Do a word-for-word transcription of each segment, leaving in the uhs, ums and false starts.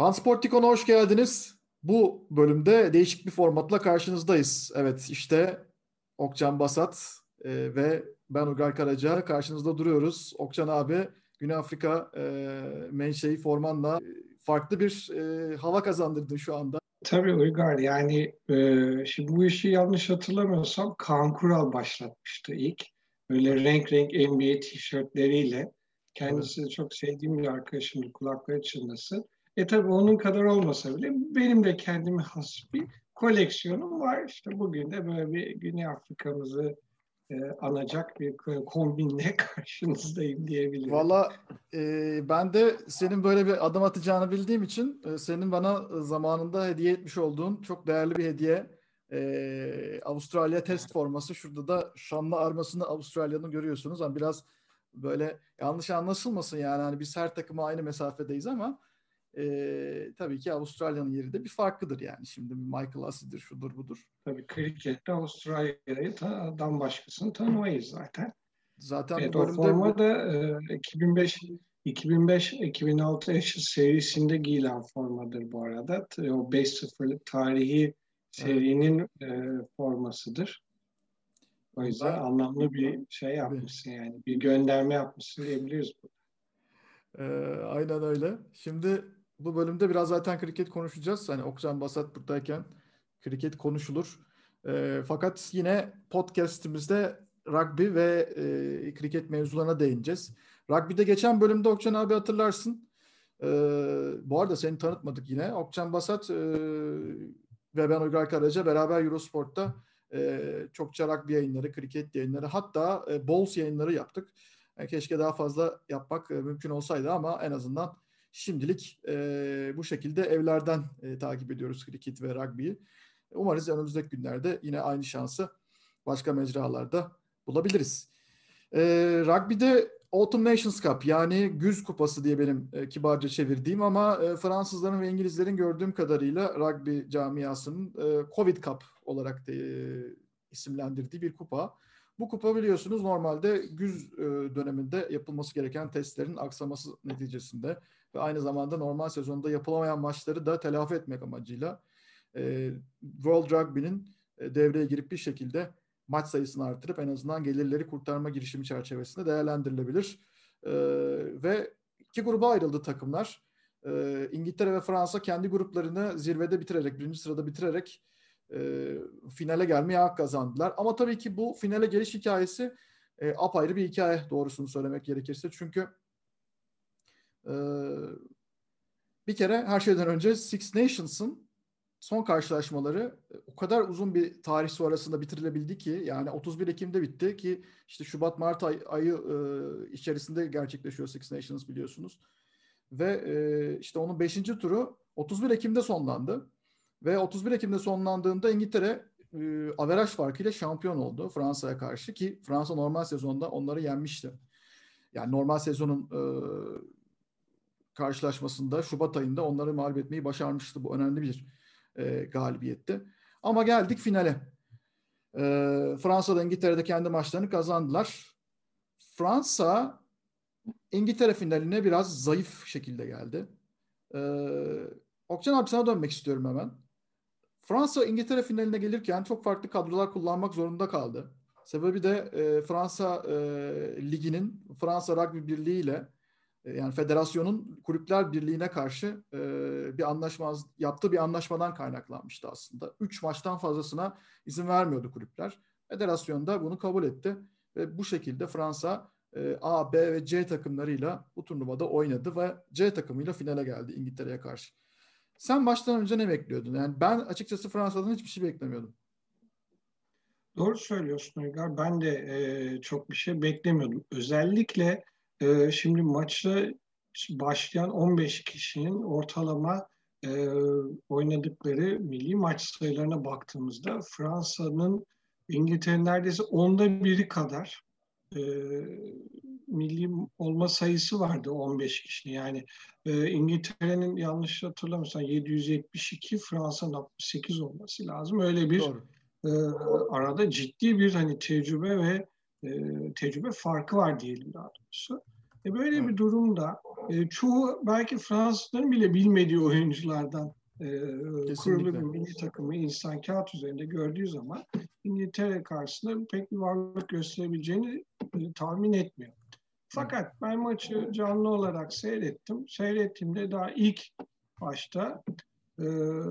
Pansportikon'a hoş geldiniz. Bu bölümde değişik bir formatla karşınızdayız. Evet, işte Okcan Basat e, ve ben Uygar Karaca karşınızda duruyoruz. Okcan abi, Güney Afrika e, menşei formanla e, farklı bir e, hava kazandırdın şu anda. Tabii Uygar yani e, şimdi bu işi yanlış hatırlamıyorsam Kaan Kural başlatmıştı ilk. Böyle renk renk N B A tişörtleriyle. Evet. Kendisi de çok sevdiğim bir arkadaşımdır, kulakları çınlasın. E tabii onun kadar olmasa bile benim de kendime has bir koleksiyonum var. İşte bugün de böyle bir Güney Afrika'mızı e, anacak bir kombinle karşınızdayım diyebilirim. Valla e, ben de senin böyle bir adım atacağını bildiğim için e, senin bana zamanında hediye etmiş olduğun çok değerli bir hediye. E, Avustralya test forması. Şurada da şanlı armasını Avustralya'nın görüyorsunuz. Ama biraz böyle yanlış anlaşılmasın yani. Hani biz her takıma aynı mesafedeyiz ama e, tabii ki Avustralya'nın yeri de bir farklıdır yani. Şimdi Michael Hussey'dir, şudur budur. Tabii krikette Avustralya'yı tan başkasını tanımayız zaten. Zaten Evet, bu o bölümde forma bu da e, iki bin beş iki bin beş iki bin altı Ashes serisinde giyilen formadır bu arada. T- O beş sıfırlık tarihi evet, serinin e, formasıdır. O yüzden burada anlamlı bir şey tabii. yapmışsın yani. Bir gönderme yapmışsın diyebiliriz. Ee, aynen öyle. Şimdi bu bölümde biraz zaten kriket konuşacağız. Hani Okcan Basat buradayken kriket konuşulur. Ee, fakat yine podcast'imizde rugby ve e, kriket mevzularına değineceğiz. Rugby'de geçen bölümde Okcan abi hatırlarsın. Ee, bu arada seni tanıtmadık yine. Okcan Basat e, ve ben Uygar Karaca beraber Eurosport'ta e, çokça rugby yayınları, kriket yayınları, hatta e, bowls yayınları yaptık. E, keşke daha fazla yapmak e, mümkün olsaydı ama en azından şimdilik e, bu şekilde evlerden e, takip ediyoruz kriket ve rugby'yi. Umarız önümüzdeki günlerde yine aynı şansı başka mecralarda bulabiliriz. E, Rugby'de Autumn Nations Cup, yani Güz Kupası diye benim e, kibarca çevirdiğim ama e, Fransızların ve İngilizlerin gördüğüm kadarıyla rugby camiasının e, Covid Cup olarak da, e, isimlendirdiği bir kupa. Bu kupa biliyorsunuz normalde güz e, döneminde yapılması gereken testlerin aksaması neticesinde ve aynı zamanda normal sezonda yapılamayan maçları da telafi etmek amacıyla e, World Rugby'nin e, devreye girip bir şekilde maç sayısını artırıp en azından gelirleri kurtarma girişimi çerçevesinde değerlendirilebilir. E, ve iki gruba ayrıldı takımlar. E, İngiltere ve Fransa kendi gruplarını zirvede bitirerek, birinci sırada bitirerek e, finale gelmeye hak kazandılar. Ama tabii ki bu finale geliş hikayesi e, apayrı bir hikaye, doğrusunu söylemek gerekirse. Çünkü e, bir kere her şeyden önce Six Nations'ın son karşılaşmaları e, o kadar uzun bir tarih sonrasında bitirilebildi ki, yani otuz bir Ekim'de bitti ki işte Şubat Mart ay, ayı e, içerisinde gerçekleşiyor Six Nations, biliyorsunuz. Ve e, işte onun beşinci turu otuz bir Ekim'de sonlandı. Ve otuz bir Ekim'de sonlandığında İngiltere e, averaj farkıyla şampiyon oldu Fransa'ya karşı, ki Fransa normal sezonda onları yenmişti. Yani normal sezonun e, karşılaşmasında Şubat ayında onları mağlup etmeyi başarmıştı. Bu önemli bir e, galibiyetti. Ama geldik finale. E, Fransa'da İngiltere'de kendi maçlarını kazandılar. Fransa İngiltere finaline biraz zayıf şekilde geldi. E, Okcan abi, sana dönmek istiyorum hemen. Fransa İngiltere finaline gelirken çok farklı kadrolar kullanmak zorunda kaldı. Sebebi de e, Fransa e, Ligi'nin Fransa Rugby Birliği ile e, yani federasyonun Kulüpler Birliği'ne karşı e, bir anlaşma yaptığı bir anlaşmadan kaynaklanmıştı aslında. Üç maçtan fazlasına izin vermiyordu kulüpler. Federasyon da bunu kabul etti ve bu şekilde Fransa e, A, B ve C takımlarıyla bu turnuvada oynadı ve C takımıyla finale geldi İngiltere'ye karşı. Sen baştan önce ne bekliyordun? Yani ben açıkçası Fransa'dan hiçbir şey beklemiyordum. Doğru söylüyorsun Uygar. Ben de e, çok bir şey beklemiyordum. Özellikle e, şimdi maçla başlayan on beş kişinin ortalama e, oynadıkları milli maç sayılarına baktığımızda Fransa'nın İngiltere'nin neredeyse onda biri kadar e, milli olma sayısı vardı on beş kişi. Yani e, İngiltere'nin yanlış hatırlamıyorsam yedi yüz yetmiş iki, Fransa'nın altmış sekiz olması lazım. Öyle bir Doğru. e, arada ciddi bir hani tecrübe ve e, tecrübe farkı var diyelim daha doğrusu. E, böyle Evet. bir durumda e, çoğu belki Fransızların bile bilmediği oyunculardan e, kurulu bir Kesinlikle. milli takımı insan kağıt üzerinde gördüğü zaman İngiltere karşısında pek bir varlık gösterebileceğini e, tahmin etmiyor. Evet. Fakat ben maçı canlı olarak seyrettim. Seyrettiğimde daha ilk başta e,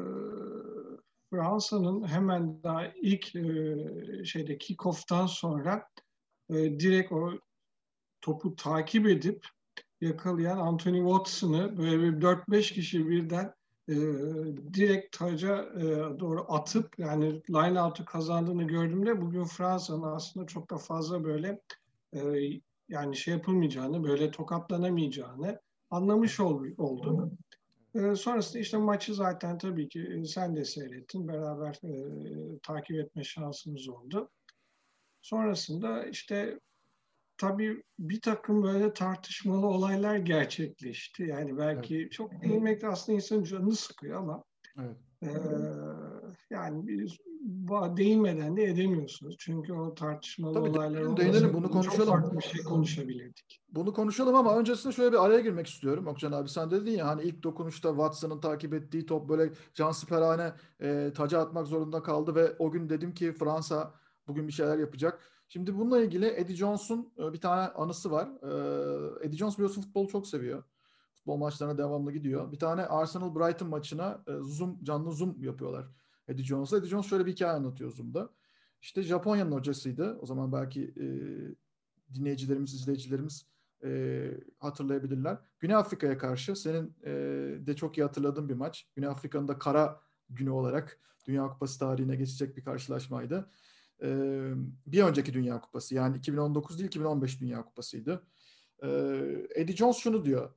Fransa'nın hemen daha ilk e, şeyde kick-off'tan sonra e, direkt o topu takip edip yakalayan Anthony Watson'ı böyle bir dört beş kişi birden e, direkt taca e, doğru atıp yani line-out'u kazandığını gördüğümde bugün Fransa'nın aslında çok da fazla böyle e, yani şey yapılmayacağını, böyle tokatlanamayacağını anlamış ol, oldu. E, sonrasında işte maçı zaten tabii ki e, sen de seyrettin. Beraber e, takip etme şansımız oldu. Sonrasında işte tabii bir takım böyle tartışmalı olaylar gerçekleşti. Yani Evet. belki çok değinmek de aslında insanın canını sıkıyor ama Evet. e, yani bir, değinmeden de edemiyorsunuz. Çünkü o tartışmalı Tabii olaylar değinelim, değinelim, bunu olmasaydı çok konuşalım. farklı bir şey konuşabilirdik. Bunu konuşalım ama öncesinde şöyle bir araya girmek istiyorum. Okcan abi sen dedin ya hani ilk dokunuşta Watson'ın takip ettiği top böyle cansiperane e, taca atmak zorunda kaldı ve o gün dedim ki Fransa bugün bir şeyler yapacak. Şimdi bununla ilgili Eddie Jones'un e, bir tane anısı var. E, Eddie Jones biliyorsun futbolu çok seviyor. Futbol maçlarına devamlı gidiyor. Bir tane Arsenal Brighton maçına e, Zoom canlı Zoom yapıyorlar Eddie Jones'la. Eddie Jones şöyle bir hikaye anlatıyor Zoom'da. İşte Japonya'nın hocasıydı. O zaman belki e, dinleyicilerimiz, izleyicilerimiz e, hatırlayabilirler. Güney Afrika'ya karşı senin e, de çok iyi hatırladığın bir maç. Güney Afrika'nın da kara günü olarak Dünya Kupası tarihine geçecek bir karşılaşmaydı. E, bir önceki Dünya Kupası yani iki bin on dokuz değil iki bin on beş Dünya Kupası'ydı. E, Eddie Jones şunu diyor.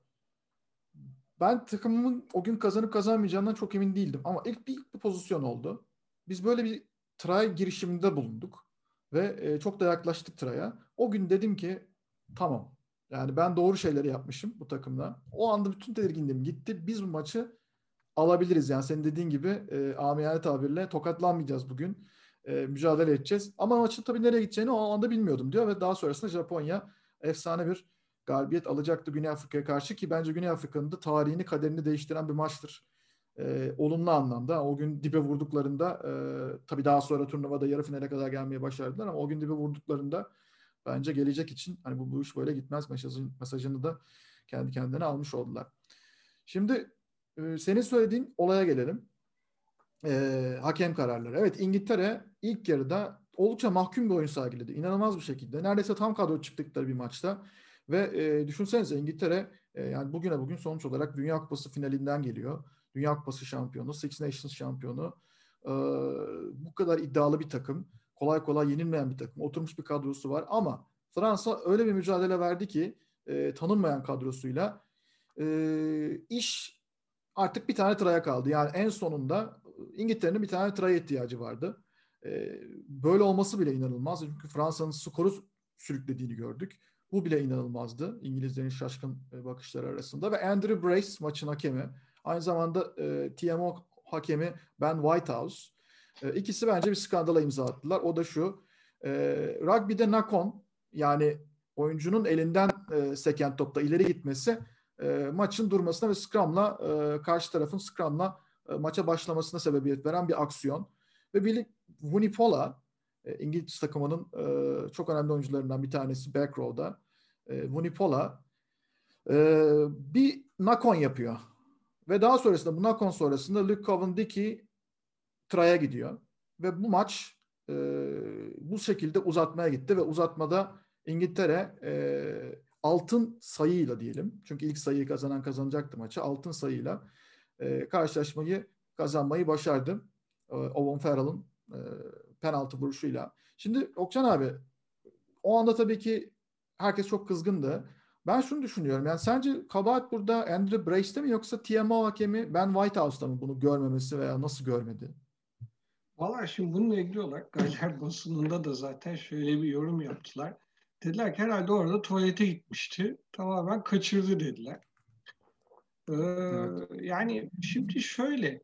Ben takımımın o gün kazanıp kazanmayacağından çok emin değildim. Ama ilk bir, ilk bir pozisyon oldu. Biz böyle bir try girişiminde bulunduk. Ve e, çok da yaklaştık try'a. O gün dedim ki tamam. Yani ben doğru şeyleri yapmışım bu takımla. O anda bütün tedirginliğim gitti. Biz bu maçı alabiliriz. Yani senin dediğin gibi e, amiyane tabirle tokatlanmayacağız bugün. E, mücadele edeceğiz. Ama maçın tabii nereye gideceğini o anda bilmiyordum diyor. Ve daha sonrasında Japonya efsane bir galibiyet alacaktı Güney Afrika'ya karşı ki bence Güney Afrika'nın da tarihini kaderini değiştiren bir maçtır. E, olumlu anlamda o gün dibe vurduklarında e, tabii daha sonra turnuvada yarı finale kadar gelmeye başardılar ama o gün dibe vurduklarında bence gelecek için hani bu, bu iş böyle gitmez mesajın, mesajını da kendi kendine almış oldular. Şimdi e, senin söylediğin olaya gelelim. E, hakem kararları. Evet İngiltere ilk yarıda oldukça mahkum bir oyun sergiledi. İnanılmaz bir şekilde. Neredeyse tam kadro çıktıkları bir maçta. Ve e, düşünsenize İngiltere e, yani bugüne bugün sonuç olarak Dünya Kupası finalinden geliyor. Dünya Kupası şampiyonu, Six Nations şampiyonu. E, bu kadar iddialı bir takım. Kolay kolay yenilmeyen bir takım. Oturmuş bir kadrosu var ama Fransa öyle bir mücadele verdi ki e, tanınmayan kadrosuyla e, iş artık bir tane tıraya kaldı. Yani en sonunda İngiltere'nin bir tane tıraya ihtiyacı vardı. E, böyle olması bile inanılmaz. Çünkü Fransa'nın skoru sürüklediğini gördük. Bu bile inanılmazdı. İngilizlerin şaşkın bakışları arasında. Ve Andrew Brace maçın hakemi. Aynı zamanda e, T M O hakemi Ben Whitehouse. E, ikisi bence bir skandala imza attılar. O da şu. E, rugby'de knock on yani oyuncunun elinden e, seken topta ileri gitmesi e, maçın durmasına ve scrum'la e, karşı tarafın scrum'la e, maça başlamasına sebebiyet veren bir aksiyon. Ve Billy Vunipola e, İngiliz takımının e, çok önemli oyuncularından bir tanesi back row'da. E, Vunipola e, bir knock-on yapıyor. Ve daha sonrasında bu knock-on sonrasında Luke Cowan-Dickie try'a gidiyor. Ve bu maç e, bu şekilde uzatmaya gitti ve uzatmada İngiltere e, altın sayıyla diyelim. Çünkü ilk sayıyı kazanan kazanacaktı maçı. Altın sayıyla e, karşılaşmayı kazanmayı başardı. E, Owen Farrell'ın e, penaltı vuruşuyla. Şimdi Okcan abi o anda tabii ki herkes çok kızgındı. Ben şunu düşünüyorum. Yani sence kabahat burada Andrew Brace'te mi yoksa T M O hakemi Ben Whitehouse'da mı bunu görmemesi veya nasıl görmedi? Valla şimdi bununla ilgili olarak Galler basınında da zaten şöyle bir yorum yaptılar. Dediler ki herhalde orada tuvalete gitmişti. Tamamen kaçırdı dediler. Ee, Evet. yani şimdi şöyle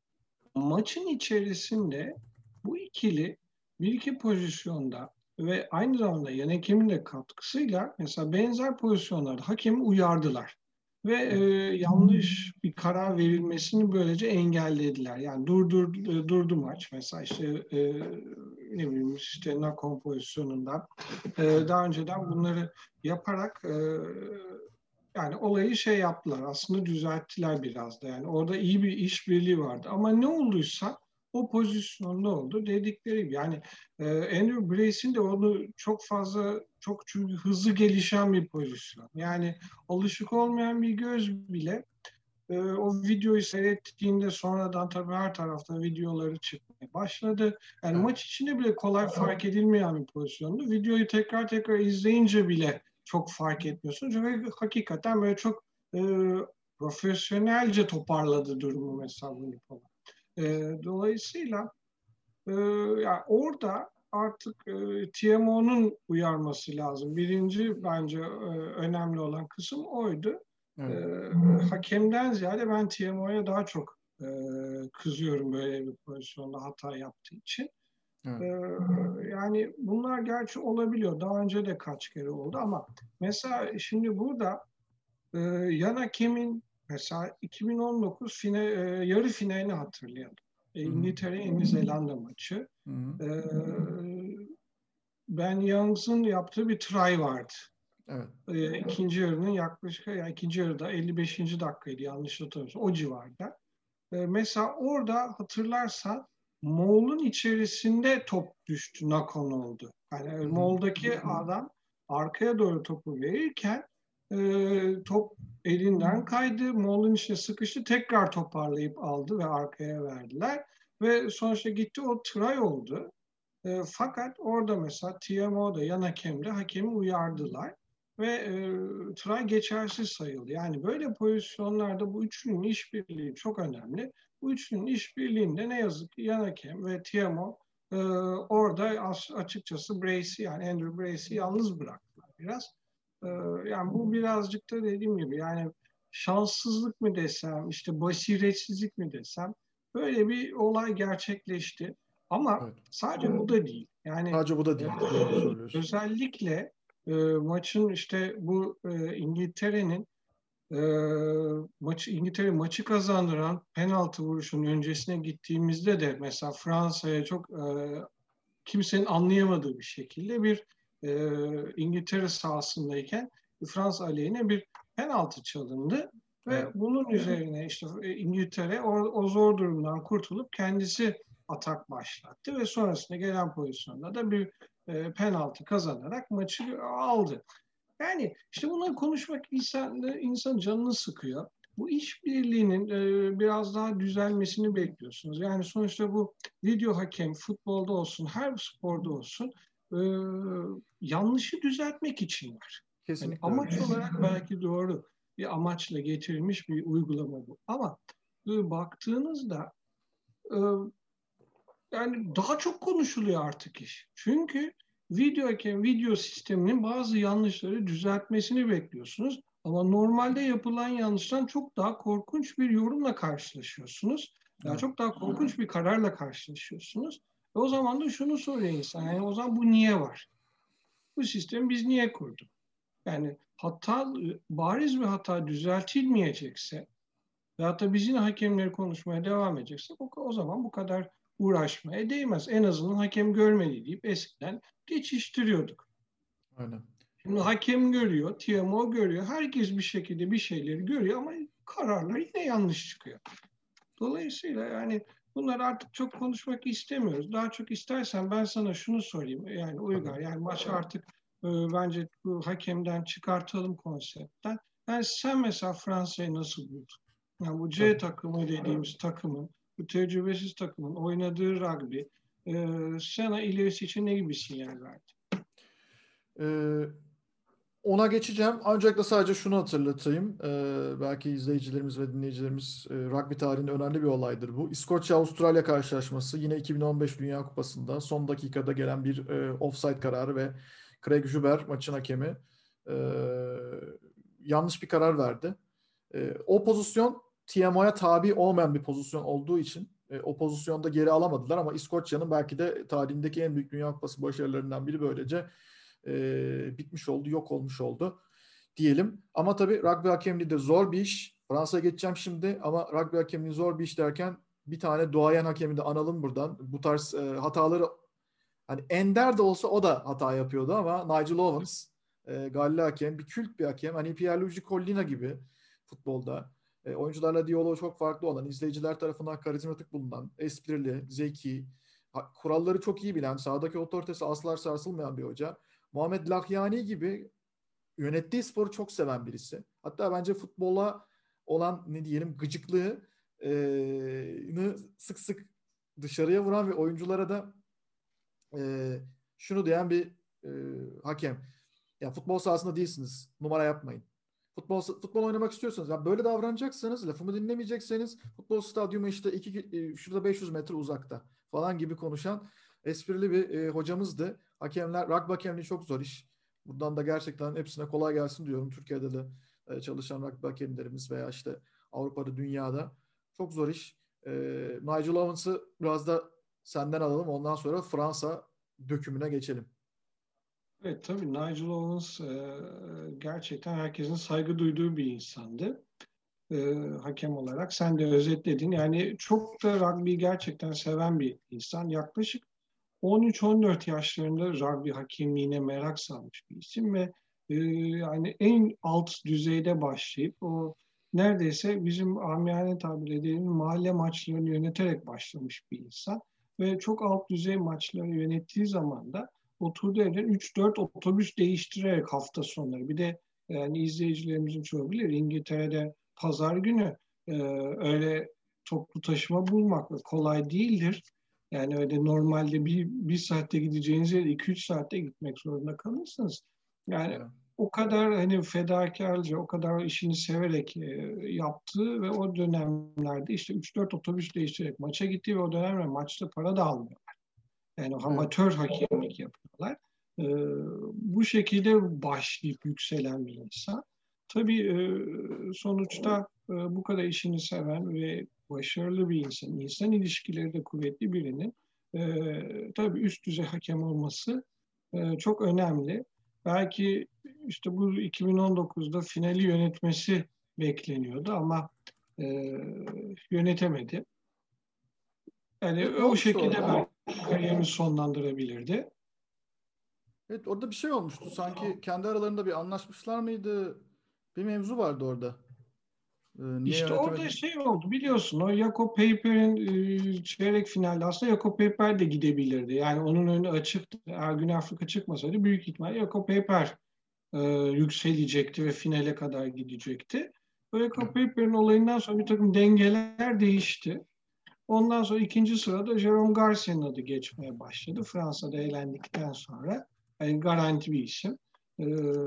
maçın içerisinde bu ikili bir iki pozisyonda ve aynı zamanda yan hakemin de katkısıyla mesela benzer pozisyonlarda hakemi uyardılar. ve e, yanlış bir karar verilmesini böylece engellediler. Yani durdur e, durdu maç. Mesela işte e, ne bileyim işte Nakon pozisyonundan e, daha önceden bunları yaparak e, yani olayı şey yaptılar. Aslında düzelttiler biraz da. Yani orada iyi bir işbirliği vardı. Ama ne olduysa o pozisyonda oldu dedikleri gibi. Yani e, Andrew Brace'in de onu çok fazla çok çünkü hızlı gelişen bir pozisyon. Yani alışık olmayan bir göz bile e, o videoyu seyrettiğinde sonradan tabii her tarafta videoları çıkmaya başladı. Yani Evet. maç içinde bile kolay fark edilmeyen bir pozisyondu. Videoyu tekrar tekrar izleyince bile çok fark etmiyorsun. Çünkü hakikaten böyle çok e, profesyonelce toparladı durumu mesela bu falan. E, dolayısıyla e, yani orada artık e, T M O'nun uyarması lazım. Birinci bence e, önemli olan kısım oydu. E, Evet. hakemden ziyade ben T M O'ya daha çok e, kızıyorum böyle bir pozisyonda hata yaptığı için. E, Evet. yani bunlar gerçi olabiliyor. Daha önce de kaç kere oldu ama mesela şimdi burada e, yan hakemin mesela iki bin on dokuz fine, e, yarı finalini hatırlayalım. E, Hı hı. İngiltere Yeni Zelanda maçı. Hı hı. E, Ben Youngs'un yaptığı bir try vardı. Evet. E, ikinci yarının yaklaşık yani ikinci yarıda elli beşinci dakikaydı yanlış hatırlamıyorsam o civarda. E, mesela orada hatırlarsan Moğol'un içerisinde top düştü, knock-on oldu. Hı Yani hı. Moğol'daki adam arkaya doğru topu verirken e, top elinden kaydı. Moğol'un içine sıkıştı. Tekrar toparlayıp aldı ve arkaya verdiler. Ve sonuçta gitti o try oldu. E, fakat orada mesela T M O'da yan hakemde hakemi uyardılar ve e, try geçersiz sayıldı. Yani böyle pozisyonlarda bu üçlünün işbirliği çok önemli. Bu üçlünün işbirliğinde ne yazık ki yan hakem ve T M O e, orada açıkçası Brace'i yani Andrew Brace'i yalnız bıraktılar biraz. E, yani bu birazcık da dediğim gibi yani şanssızlık mı desem, işte basiretsizlik mi desem böyle bir olay gerçekleşti. Ama Evet. sadece bu da değil. Yani Sadece bu da e, değil. Doğru söylüyorsun. özellikle e, maçın işte bu e, İngiltere'nin e, maçı İngiltere maçı kazandıran penaltı vuruşunun öncesine gittiğimizde de mesela Fransa'ya çok e, kimsenin anlayamadığı bir şekilde bir e, İngiltere sahasındayken Fransa aleyhine bir penaltı çalındı ve Evet. bunun üzerine işte e, İngiltere o, o zor durumdan kurtulup kendisi atak başlattı ve sonrasında gelen pozisyonda da bir e, penaltı kazanarak maçı aldı. Yani işte bunları konuşmak insan, insan canını sıkıyor. Bu işbirliğinin e, biraz daha düzelmesini bekliyorsunuz. Yani sonuçta bu video hakem futbolda olsun, her sporda olsun e, yanlışı düzeltmek için var. Yani Kesinlikle öyle. amaç olarak belki doğru bir amaçla getirilmiş bir uygulama bu. Ama e, baktığınızda e, yani daha çok konuşuluyor artık iş. Çünkü video hakem video sisteminin bazı yanlışları düzeltmesini bekliyorsunuz. Ama normalde yapılan yanlıştan çok daha korkunç bir yorumla karşılaşıyorsunuz. Yani Evet. çok daha korkunç bir kararla karşılaşıyorsunuz. Ve o zaman da şunu soruyor insan. Yani o zaman bu niye var? Bu sistemi biz niye kurduk? Yani hata, bariz bir hata düzeltilmeyecekse veyahut da biz yine hakemleri konuşmaya devam edeceksek o, o zaman bu kadar uğraşmaya değmez. En azından hakem görmedi deyip eskiden geçiştiriyorduk. Aynen. Şimdi hakem görüyor, T M O görüyor. Herkes bir şekilde bir şeyleri görüyor ama kararlar yine yanlış çıkıyor. Dolayısıyla yani bunları artık çok konuşmak istemiyoruz. Daha çok istersen ben sana şunu sorayım. Yani Tabii. Uygar, yani maçı artık e, bence bu hakemden çıkartalım konseptten. Yani sen mesela Fransa'yı nasıl buldun? Yani bu C Tabii. takımı dediğimiz takımın, bu tecrübesiz takımın oynadığı rugby e, sana ilerisi için ne gibi sinyal verdi? Ee, Ona geçeceğim. Ancak da sadece şunu hatırlatayım. Ee, belki izleyicilerimiz ve dinleyicilerimiz e, rugby tarihinde önemli bir olaydır bu. İskoçya-Avustralya karşılaşması yine iki bin on beş Dünya Kupası'nda son dakikada gelen bir e, offside kararı ve Craig Juber maçın hakemi e, yanlış bir karar verdi. E, o pozisyon T M O'ya tabi olmayan bir pozisyon olduğu için e, o pozisyonda geri alamadılar ama İskoçya'nın belki de tarihindeki en büyük Dünya Kupası başarılarından biri böylece e, bitmiş oldu, yok olmuş oldu. diyelim. Ama tabii rugby hakemliği de zor bir iş. Fransa'ya geçeceğim şimdi ama rugby hakemliği zor bir iş derken bir tane duayen hakemi de analım buradan. Bu tarz e, hataları hani ender de olsa o da hata yapıyordu ama Nigel Owens e, Galli hakem, bir kült bir hakem. Hani Pierluigi Collina gibi futbolda. E, oyuncularla diyaloğu çok farklı olan, izleyiciler tarafından karizmatik bulunan, esprili, zeki, ha, kuralları çok iyi bilen, sahadaki otoritesi asla sarsılmayan bir hoca. Muhammed Lahyani gibi yönettiği sporu çok seven birisi. Hatta bence futbola olan ne diyelim gıcıklığı e, sık sık dışarıya vuran ve oyunculara da e, şunu diyen bir e, hakem. Ya futbol sahasında değilsiniz. Numara yapmayın. Futbol futbol oynamak istiyorsanız, ya böyle davranacaksanız, lafımı dinlemeyecekseniz futbol stadyumu işte iki, e, şurada beş yüz metre uzakta falan gibi konuşan esprili bir e, hocamızdı. Hakemler, rugby hakemliği çok zor iş. Buradan da gerçekten hepsine kolay gelsin diyorum. Türkiye'de de e, çalışan rugby hakemlerimiz veya işte Avrupa'da, dünyada çok zor iş. E, Nigel Owens'ı biraz da senden alalım. Ondan sonra Fransa dökümüne geçelim. Evet, tabii Nigel Owens e, gerçekten herkesin saygı duyduğu bir insandı. E, hakem olarak sen de özetledin. Yani çok da rugby'yi gerçekten seven bir insan. Yaklaşık on üç on dört yaşlarında rugby hakemliğine merak salmış bir isim ve e, yani en alt düzeyde başlayıp o neredeyse bizim amiyane tabir edelim mahalle maçlarını yöneterek başlamış bir insan ve çok alt düzey maçları yönettiği zaman da oturduğu evden üç dört otobüs değiştirerek hafta sonları, bir de yani izleyicilerimizin çoğu bilir, İngiltere'de pazar günü e, öyle toplu taşıma bulmak da kolay değildir. Yani öyle normalde bir, bir saatte gideceğiniz yere iki üç saatte gitmek zorunda kalırsınız. Yani Evet. o kadar hani fedakarca, o kadar işini severek e, yaptığı ve o dönemlerde işte üç dört otobüs değiştirerek maça gitti ve o dönemde maçta para da almıyor. Yani Evet. amatör hakemlik yapıyorlar. E, bu şekilde başlayıp yükselen bir insan. Tabii e, sonuçta e, bu kadar işini seven ve başarılı bir insan, insan ilişkileri de kuvvetli birinin e, tabii üst düzey hakem olması e, çok önemli. Belki işte bu iki bin on dokuzda finali yönetmesi bekleniyordu ama e, yönetemedi. Yani Evet, ne o olmuştu şekilde orada? belki kariyerini sonlandırabilirdi. Evet, orada bir şey olmuştu. Sanki kendi aralarında bir anlaşmışlar mıydı? Bir mevzu vardı orada. Ee, niye İşte orada yönetemedi? şey oldu biliyorsun, o Jakob Peyper'in e, çeyrek finalde aslında Jakob Peyper de gidebilirdi. Yani onun önü açıktı. Eğer Güney Afrika çıkmasaydı büyük ihtimalle Jakob Peyper e, yükselecekti ve finale kadar gidecekti. O Jakob Peyper'in olayından sonra bir takım dengeler değişti. Ondan sonra ikinci sırada Jerome Garcia'nın adı geçmeye başladı. Fransa'da eğlendikten sonra. Yani garanti bir isim. E,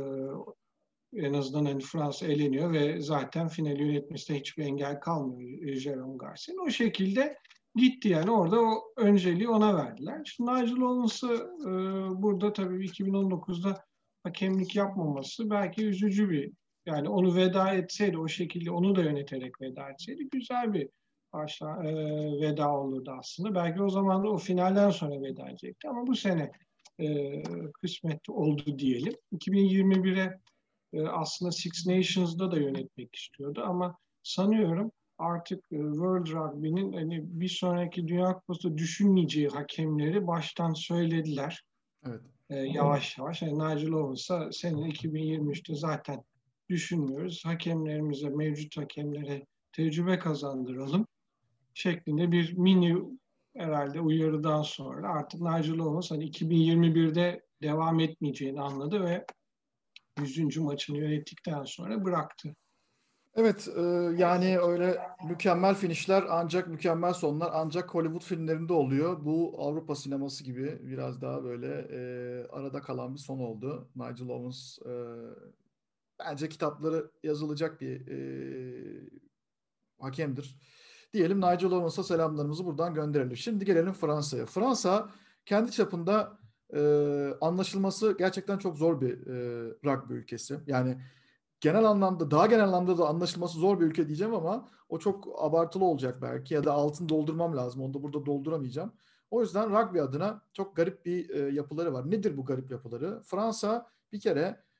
En azından hani Fransa eleniyor ve zaten finali yönetmesine hiçbir engel kalmıyor Jerome Garcia'nın. O şekilde gitti, yani orada o önceliği ona verdiler. Şimdi Nigel Owens'ı e, burada tabii iki bin on dokuzda hakemlik yapmaması belki üzücü bir, yani onu veda etseydi, o şekilde onu da yöneterek veda etseydi güzel bir başla, e, veda olurdu aslında. Belki o zaman da o finalden sonra veda edecekti ama bu sene e, kısmet oldu diyelim. iki bin yirmi bire e, aslında Six Nations'da da yönetmek istiyordu ama sanıyorum artık e, World Rugby'nin hani bir sonraki Dünya Kupası düşünmeyeceği hakemleri baştan söylediler. Evet. E, yavaş yavaş. Yani Nigel Owens'a sene iki bin yirmi üçte zaten düşünmüyoruz. Hakemlerimize, mevcut hakemlere tecrübe kazandıralım şeklinde bir mini herhalde uyarıdan sonra artık Nigel Owens hani iki bin yirmi birde devam etmeyeceğini anladı ve yüzüncü maçını yönettikten sonra bıraktı. Evet, e, yani öyle mükemmel finişler ancak mükemmel sonlar ancak Hollywood filmlerinde oluyor. Bu Avrupa sineması gibi biraz daha böyle e, arada kalan bir son oldu. Nigel Owens e, bence kitapları yazılacak bir e, hakemdir. Diyelim, Nigel Owens'a selamlarımızı buradan gönderelim. Şimdi gelelim Fransa'ya. Fransa kendi çapında e, anlaşılması gerçekten çok zor bir e, rugby ülkesi. Yani genel anlamda, daha genel anlamda da anlaşılması zor bir ülke diyeceğim ama o çok abartılı olacak belki, ya da altını doldurmam lazım. Onu da burada dolduramayacağım. O yüzden rugby adına çok garip bir e, yapıları var. Nedir bu garip yapıları? Fransa bir kere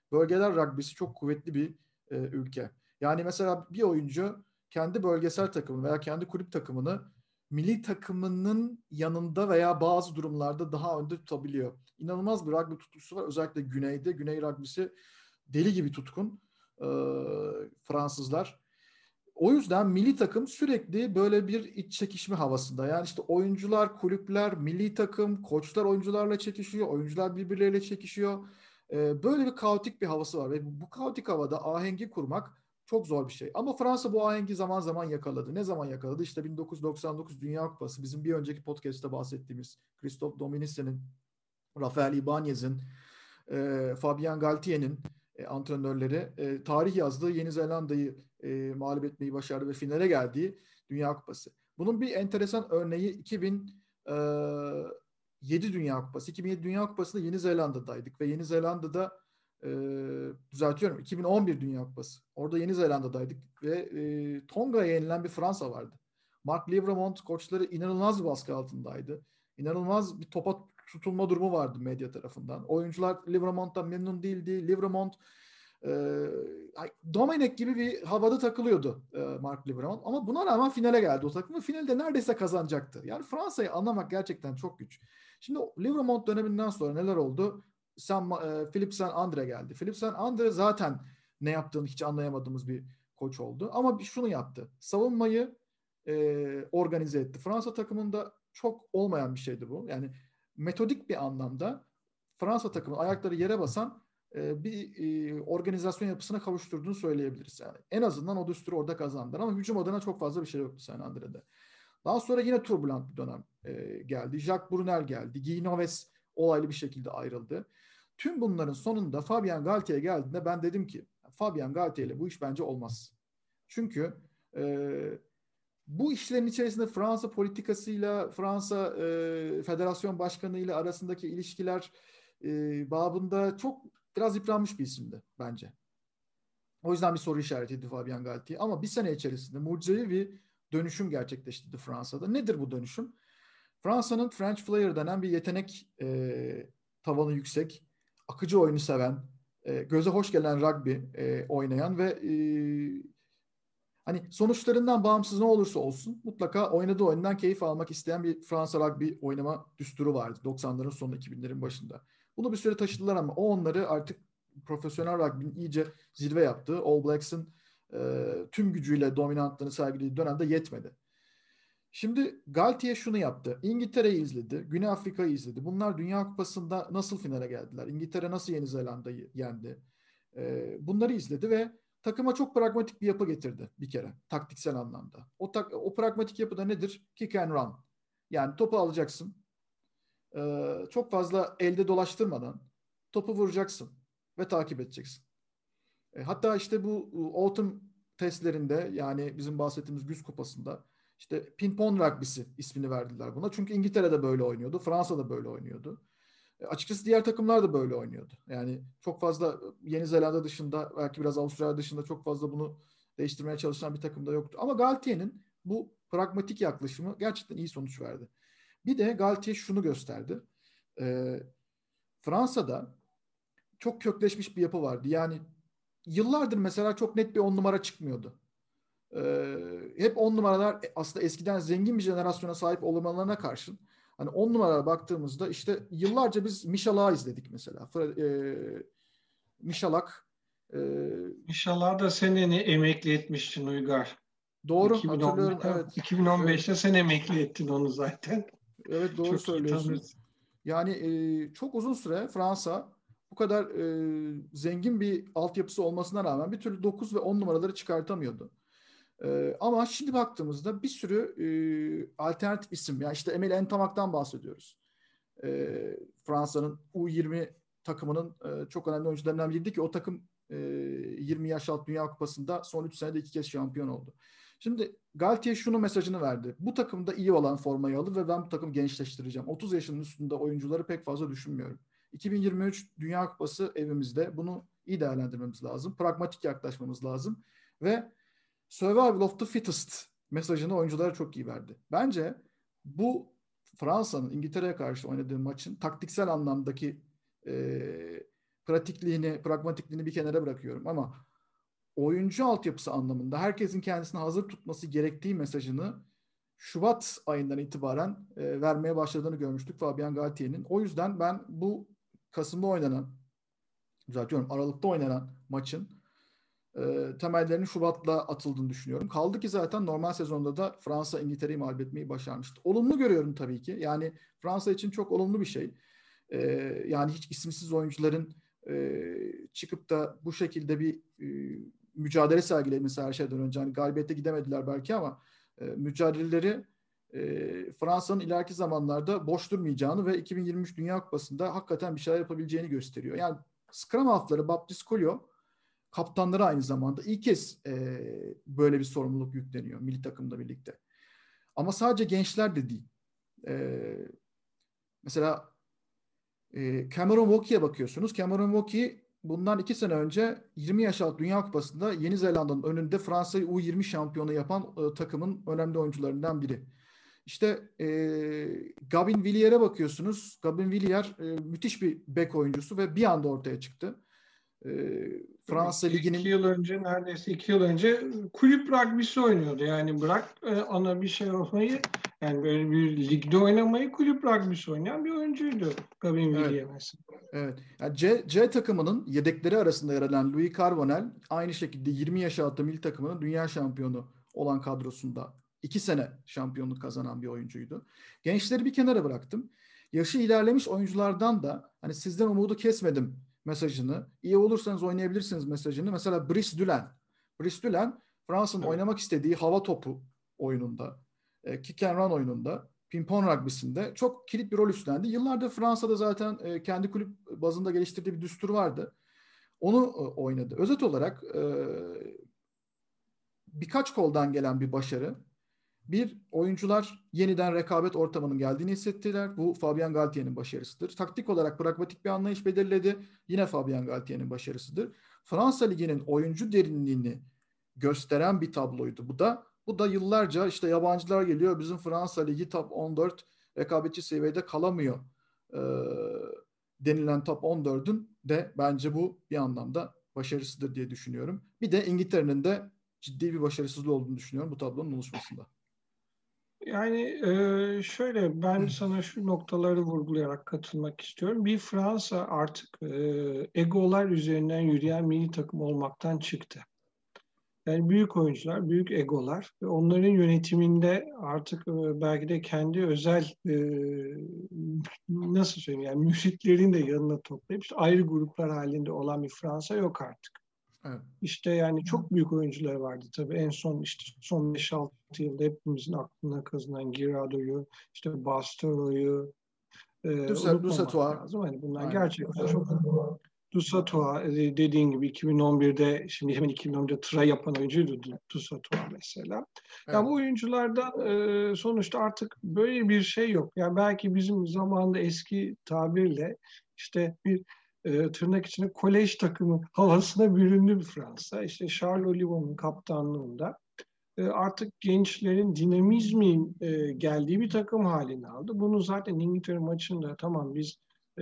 bölgeler rugby'si çok kuvvetli bir e, ülke. Yani mesela bir oyuncu kendi bölgesel takımını veya kendi kulüp takımını milli takımının yanında veya bazı durumlarda daha önde tutabiliyor. İnanılmaz bir rugby tutkusu var. Özellikle güneyde. Güney rugby'si deli gibi tutkun. Ee, Fransızlar. O yüzden milli takım sürekli böyle bir iç çekişme havasında. Yani işte oyuncular, kulüpler, milli takım, koçlar oyuncularla çekişiyor, oyuncular birbirleriyle çekişiyor. Ee, böyle bir kaotik bir havası var ve bu kaotik havada ahengi kurmak çok zor bir şey. Ama Fransa bu ahengi zaman zaman yakaladı. Ne zaman yakaladı? İşte bin dokuz yüz doksan dokuz Dünya Kupası, bizim bir önceki podcast'ta bahsettiğimiz Christophe Dominice'nin, Rafael Ibanez'in, e, Fabien Galtier'in e, antrenörleri e, tarih yazdığı Yeni Zelanda'yı e, mağlup etmeyi başardı ve finale geldiği Dünya Kupası. Bunun bir enteresan örneği iki bin yedi Dünya Kupası. iki bin yedi Dünya Kupası'nda Yeni Zelanda'daydık ve Yeni Zelanda'da e, düzeltiyorum iki bin on bir Dünya Kupası. Orada Yeni Zelanda'daydık ve e, Tonga'ya yenilen bir Fransa vardı. Mark Livremont koçları inanılmaz bir baskı altındaydı. İnanılmaz bir topa tutulma durumu vardı medya tarafından. Oyuncular Livremont'tan memnun değildi. Livremont e, Dominic gibi bir havada takılıyordu e, Mark Livremont. Ama buna rağmen finale geldi o takım ve finalde neredeyse kazanacaktı. Yani Fransa'yı anlamak gerçekten çok güç. Şimdi Livremont döneminden sonra neler oldu? Sen, e, Philippe Saint-André geldi. Philippe Saint-André zaten ne yaptığını hiç anlayamadığımız bir koç oldu. Ama bir şunu yaptı. Savunmayı e, organize etti. Fransa takımında çok olmayan bir şeydi bu. Yani metodik bir anlamda Fransa takımı ayakları yere basan e, bir e, organizasyon yapısına kavuşturduğunu söyleyebiliriz. Yani en azından o düsturu orada kazandılar ama hücum adına çok fazla bir şey yoktu Saint-André'de. Daha sonra yine turbulent bir dönem e, geldi. Jacques Brunel geldi. Guy Noves olaylı bir şekilde ayrıldı. Tüm bunların sonunda Fabien Galtier geldiğinde ben dedim ki Fabien Galtier ile bu iş bence olmaz. Çünkü e, bu işlerin içerisinde Fransa politikasıyla, Fransa e, Federasyon Başkanı ile arasındaki ilişkiler e, babında çok biraz yıpranmış bir isimdi bence. O yüzden bir soru işaretiydi Fabien Galtier. Ama bir sene içerisinde mucizevi bir dönüşüm gerçekleştirdi Fransa'da. Nedir bu dönüşüm? Fransa'nın French Flair denen bir yetenek e, tavanı yüksek, akıcı oyunu seven, e, göze hoş gelen rugby e, oynayan ve e, hani sonuçlarından bağımsız ne olursa olsun mutlaka oynadığı oyundan keyif almak isteyen bir Fransa rugby oynama düsturu vardı doksanların sonu iki binlerin başında. Bunu bir süre taşıdılar ama o onları artık profesyonel rugby'nin iyice zirve yaptığı All Blacks'ın e, tüm gücüyle dominantlığını sergilediği dönemde yetmedi. Şimdi Galtier şunu yaptı. İngiltere'yi izledi, Güney Afrika'yı izledi. Bunlar Dünya Kupası'nda nasıl finale geldiler? İngiltere nasıl Yeni Zelanda'yı yendi? E, bunları izledi ve takıma çok pragmatik bir yapı getirdi bir kere taktiksel anlamda. O, tak, o pragmatik yapıda nedir? Kick and run. Yani topu alacaksın. Ee, çok fazla elde dolaştırmadan topu vuracaksın ve takip edeceksin. E, hatta işte bu Autumn testlerinde yani bizim bahsettiğimiz Güz Kupası'nda işte ping-pong rugby'si ismini verdiler buna. Çünkü İngiltere'de böyle oynuyordu. Fransa'da böyle oynuyordu. E, açıkçası diğer takımlar da böyle oynuyordu. Yani çok fazla Yeni Zelanda dışında belki biraz Avustralya dışında çok fazla bunu değiştirmeye çalışan bir takım da yoktu. Ama Galtier'in bu pragmatik yaklaşımı gerçekten iyi sonuç verdi. Bir de Galtier şunu gösterdi. E, Fransa'da çok kökleşmiş bir yapı vardı. Yani yıllardır mesela çok net bir on numara çıkmıyordu. Ee, hep on numaralar aslında eskiden zengin bir jenerasyona sahip olmalarına karşın hani on numaralara baktığımızda işte yıllarca biz Michalak'ı izledik mesela. E, Michalak e, İnşallah da seneni emekli etmiştin Uygar. doğru hatırlıyorum iki bin on beşte, evet. Evet. iki bin on beşte sen emekli ettin onu zaten. Evet doğru Çok iyi söylüyorsun. tanırsın. Yani e, çok uzun süre Fransa bu kadar e, zengin bir altyapısı olmasına rağmen bir türlü dokuz ve on numaraları çıkartamıyordu. Ee, ama şimdi baktığımızda bir sürü e, alternatif isim. Yani işte Emel Ntamak'tan bahsediyoruz. Ee, Fransa'nın U yirmi takımının e, çok önemli oyuncularından biriydi ki o takım e, yirmi yaş alt Dünya Kupası'nda son üç senede iki kez şampiyon oldu. Şimdi Galtier şunu mesajını verdi. Bu takımda iyi olan formayı alır ve ben bu takımı gençleştireceğim. otuz yaşının üstünde oyuncuları pek fazla düşünmüyorum. iki bin yirmi üç Dünya Kupası evimizde. Bunu iyi değerlendirmemiz lazım. Pragmatik yaklaşmamız lazım. Ve Survival of the Fittest mesajını oyunculara çok iyi verdi. Bence bu Fransa'nın İngiltere'ye karşı oynadığı maçın taktiksel anlamdaki e, pratikliğini, pragmatikliğini bir kenara bırakıyorum ama oyuncu altyapısı anlamında herkesin kendisini hazır tutması gerektiği mesajını Şubat ayından itibaren e, vermeye başladığını görmüştük Fabian Galtier'in. O yüzden ben bu Kasım'da oynanan, düzeltiyorum, Aralık'ta oynanan maçın e, temellerinin Şubat'la atıldığını düşünüyorum. Kaldı ki zaten normal sezonda da Fransa İngiltere'yi mağlup etmeyi başarmıştı. Olumlu görüyorum tabii ki. Yani Fransa için çok olumlu bir şey. E, yani hiç isimsiz oyuncuların e, çıkıp da bu şekilde bir e, mücadele sergilemesi her şeyden önce. Hani galibiyete gidemediler belki ama e, mücadeleleri e, Fransa'nın ileriki zamanlarda boş durmayacağını ve iki bin yirmi üç Dünya Kupası'nda hakikaten bir şeyler yapabileceğini gösteriyor. Yani Scrum half'ları Baptiste Collio kaptanları aynı zamanda ilk kez e, böyle bir sorumluluk yükleniyor milli takımla birlikte. Ama sadece gençler de değil. E, mesela e, Cameron Woki'ye bakıyorsunuz. Cameron Woki bundan iki sene önce yirmi yaş altı Dünya Kupası'nda Yeni Zelanda'nın önünde Fransa'yı U yirmi şampiyonu yapan e, takımın önemli oyuncularından biri. İşte e, Gabin Villier'e bakıyorsunuz. Gabin Villiers e, müthiş bir bek oyuncusu ve bir anda ortaya çıktı. E, Fransa İki, iki Ligi'nin yıl önce neredeyse iki yıl önce kulüp rugby'si oynuyordu. Yani bırak e, ana bir şey olmayı, yani böyle bir ligde oynamayı, kulüp rugby'si oynayan bir oyuncuydu Gabin evet. Villiers mesela. Evet. Yani C, C takımının yedekleri arasında yer alan Louis Carbonel aynı şekilde yirmi yaş altı milli takımının dünya şampiyonu olan kadrosunda iki sene şampiyonluk kazanan bir oyuncuydu. Gençleri bir kenara bıraktım. Yaşı ilerlemiş oyunculardan da hani sizden umudu kesmedim mesajını, iyi olursanız oynayabilirsiniz mesajını. Mesela Brice Dulan. Brice Dulan Fransa'nın Evet. oynamak istediği hava topu oyununda, e, kick and run oyununda, pimpon rugby'sinde çok kilit bir rol üstlendi. Yıllardır Fransa'da zaten e, kendi kulüp bazında geliştirdiği bir düstur vardı. Onu e, oynadı. Özet olarak e, birkaç koldan gelen bir başarı. Bir, oyuncular yeniden rekabet ortamının geldiğini hissettiler. Bu Fabian Galtier'in başarısıdır. Taktik olarak pragmatik bir anlayış belirledi. Yine Fabian Galtier'in başarısıdır. Fransa Ligi'nin oyuncu derinliğini gösteren bir tabloydu. Bu da bu da yıllarca işte yabancılar geliyor. Bizim Fransa Ligi top on dört rekabetçi seviyede kalamıyor. Ee, denilen top on dördün de bence bu bir anlamda başarısıdır diye düşünüyorum. Bir de İngiltere'nin de ciddi bir başarısızlığı olduğunu düşünüyorum bu tablonun oluşmasında. Yani e, şöyle, ben sana şu noktaları vurgulayarak katılmak istiyorum. Bir, Fransa artık e, egolar üzerinden yürüyen milli takım olmaktan çıktı. Yani büyük oyuncular, büyük egolar ve onların yönetiminde artık e, belki de kendi özel e, nasıl söyleyeyim, yani müritlerin de yanına toplayıp işte ayrı gruplar halinde olan bir Fransa yok artık. Evet. İşte yani çok büyük oyuncular vardı tabii. En son işte son beş altı yılda hepimizin aklına kazınan Guirado'yu, işte Bastore'yu e, unutmamak Dusatois. lazım. Hani bunlar Aynen. gerçekten çok. Dusatois e, dediğin gibi iki bin on birde, şimdi hemen iki bin on birde tıra yapan oyuncuydu Dusatois mesela. Ya Evet. bu oyunculardan e, sonuçta artık böyle bir şey yok. Yani belki bizim zamanında eski tabirle işte bir e, tırnak içinde kolej takımı havasına büründü bir Fransa. İşte Charles Olivon'un kaptanlığında e, artık gençlerin dinamizmin e, geldiği bir takım halini aldı. Bunu zaten İngiltere maçında, tamam biz e,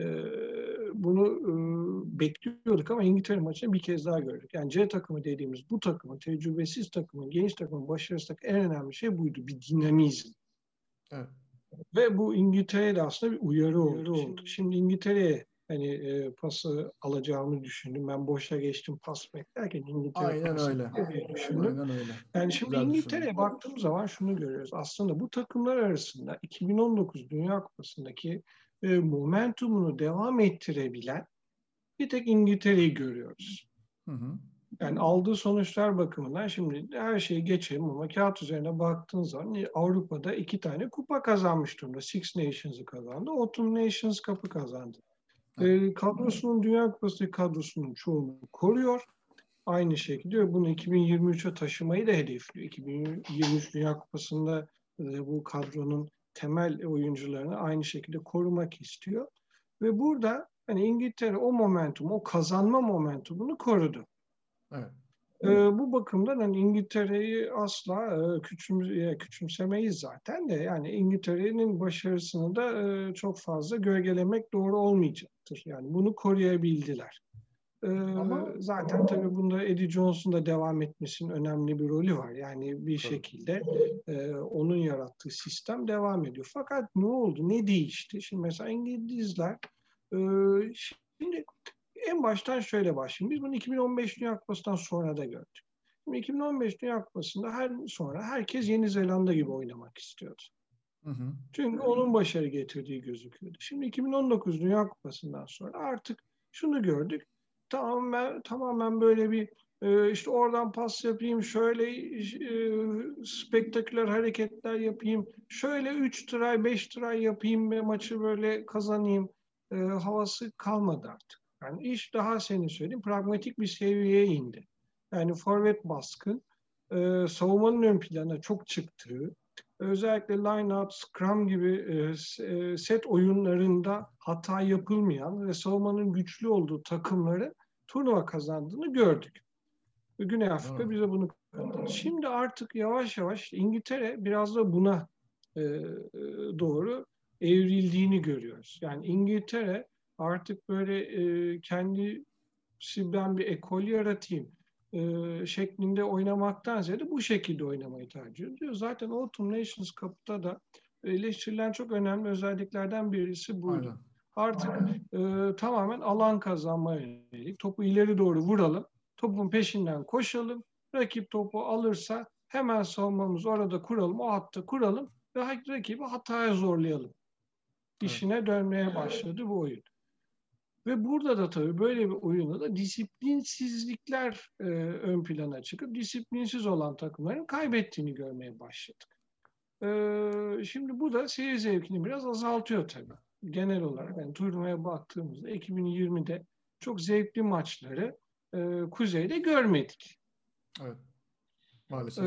bunu e, bekliyorduk ama İngiltere maçında bir kez daha gördük. Yani C takımı dediğimiz bu takımın, tecrübesiz takımın, genç takımın başarısındaki en önemli şey buydu. Bir dinamizm. Evet. Ve bu İngiltere'de aslında bir uyarı oldu. Şimdi, şimdi İngiltere'ye hani e, pası alacağımı düşündüm. Ben boşa geçtim pas beklerken İngiltere Aynen pası öyle. diye düşündüm. Aynen öyle. Yani şimdi Güzel düşündün. İngiltere'ye baktığımız zaman şunu görüyoruz. Aslında bu takımlar arasında iki bin on dokuz Dünya Kupası'ndaki e, momentumunu devam ettirebilen bir tek İngiltere'yi görüyoruz. Hı hı. Yani aldığı sonuçlar bakımından şimdi her şeyi geçelim ama kağıt üzerine baktığın zaman e, Avrupa'da iki tane kupa kazanmış durumda. Six Nations'ı kazandı. Autumn Nations Cup'ı kazandı. Evet. E, kadrosunun Dünya Kupası kadrosunun çoğunu koruyor. Aynı şekilde bunu iki bin yirmi üçe taşımayı da hedefliyor. iki bin yirmi üç Dünya Kupası'nda e, bu kadronun temel oyuncularını aynı şekilde korumak istiyor. Ve burada hani İngiltere o momentum, o kazanma momentumunu korudu. Evet. E, bu bakımdan hani İngiltere'yi asla e, küçüm, küçümsemeyiz zaten de, yani İngiltere'nin başarısını da e, çok fazla gölgelemek doğru olmayacaktır. Yani bunu koruyabildiler. Ee, Ama zaten tabii bunda Eddie Jones'un da devam etmesinin önemli bir rolü var. Yani bir tabii. şekilde e, onun yarattığı sistem devam ediyor. Fakat ne oldu? Ne değişti? Şimdi mesela İngilizler e, şimdi en baştan şöyle başlayayım. Biz bunu iki bin on beş Dünya Kupası'ndan sonra da gördük. Şimdi iki bin on beş Dünya Kupası'nda her sonra herkes Yeni Zelanda gibi oynamak istiyordu. Hı hı. Çünkü onun başarı getirdiği gözüküyordu. Şimdi iki bin on dokuz Dünya Kupası'ndan sonra artık şunu gördük. Tamamen, tamamen böyle bir e, işte oradan pas yapayım, şöyle e, spektaküler hareketler yapayım, şöyle üç try, beş try yapayım ve maçı böyle kazanayım e, havası kalmadı artık. Yani iş daha senin söylediğin pragmatik bir seviyeye indi. Yani forvet baskın, e, savunmanın ön plana çok çıktığı, özellikle line-up, scrum gibi e, set oyunlarında hata yapılmayan ve savunmanın güçlü olduğu takımları turnuva kazandığını gördük. Güney Afrika Doğru. bize bunu kanıtladı. Şimdi artık yavaş yavaş İngiltere biraz da buna e, doğru evrildiğini görüyoruz. Yani İngiltere artık böyle e, kendisinden bir ekol yaratayım e, şeklinde oynamaktan ziyade bu şekilde oynamayı tercih ediyor. Zaten Autumn Nations Cup'ta da eleştirilen çok önemli özelliklerden birisi buydu. Aynen. Artık e, tamamen alan kazanmaya yönelik. Topu ileri doğru vuralım. Topun peşinden koşalım. Rakip topu alırsa hemen savunmamızı orada kuralım. O hatta kuralım ve rakibi hataya zorlayalım. Evet. İşine dönmeye başladı bu oyun. Ve burada da tabii böyle bir oyunda da disiplinsizlikler e, ön plana çıkıp disiplinsiz olan takımların kaybettiğini görmeye başladık. E, şimdi bu da seyir zevkini biraz azaltıyor tabii. Genel olarak yani turnuvaya baktığımızda iki bin yirmide çok zevkli maçları e, Kuzey'de görmedik. Evet. E, Maalesef.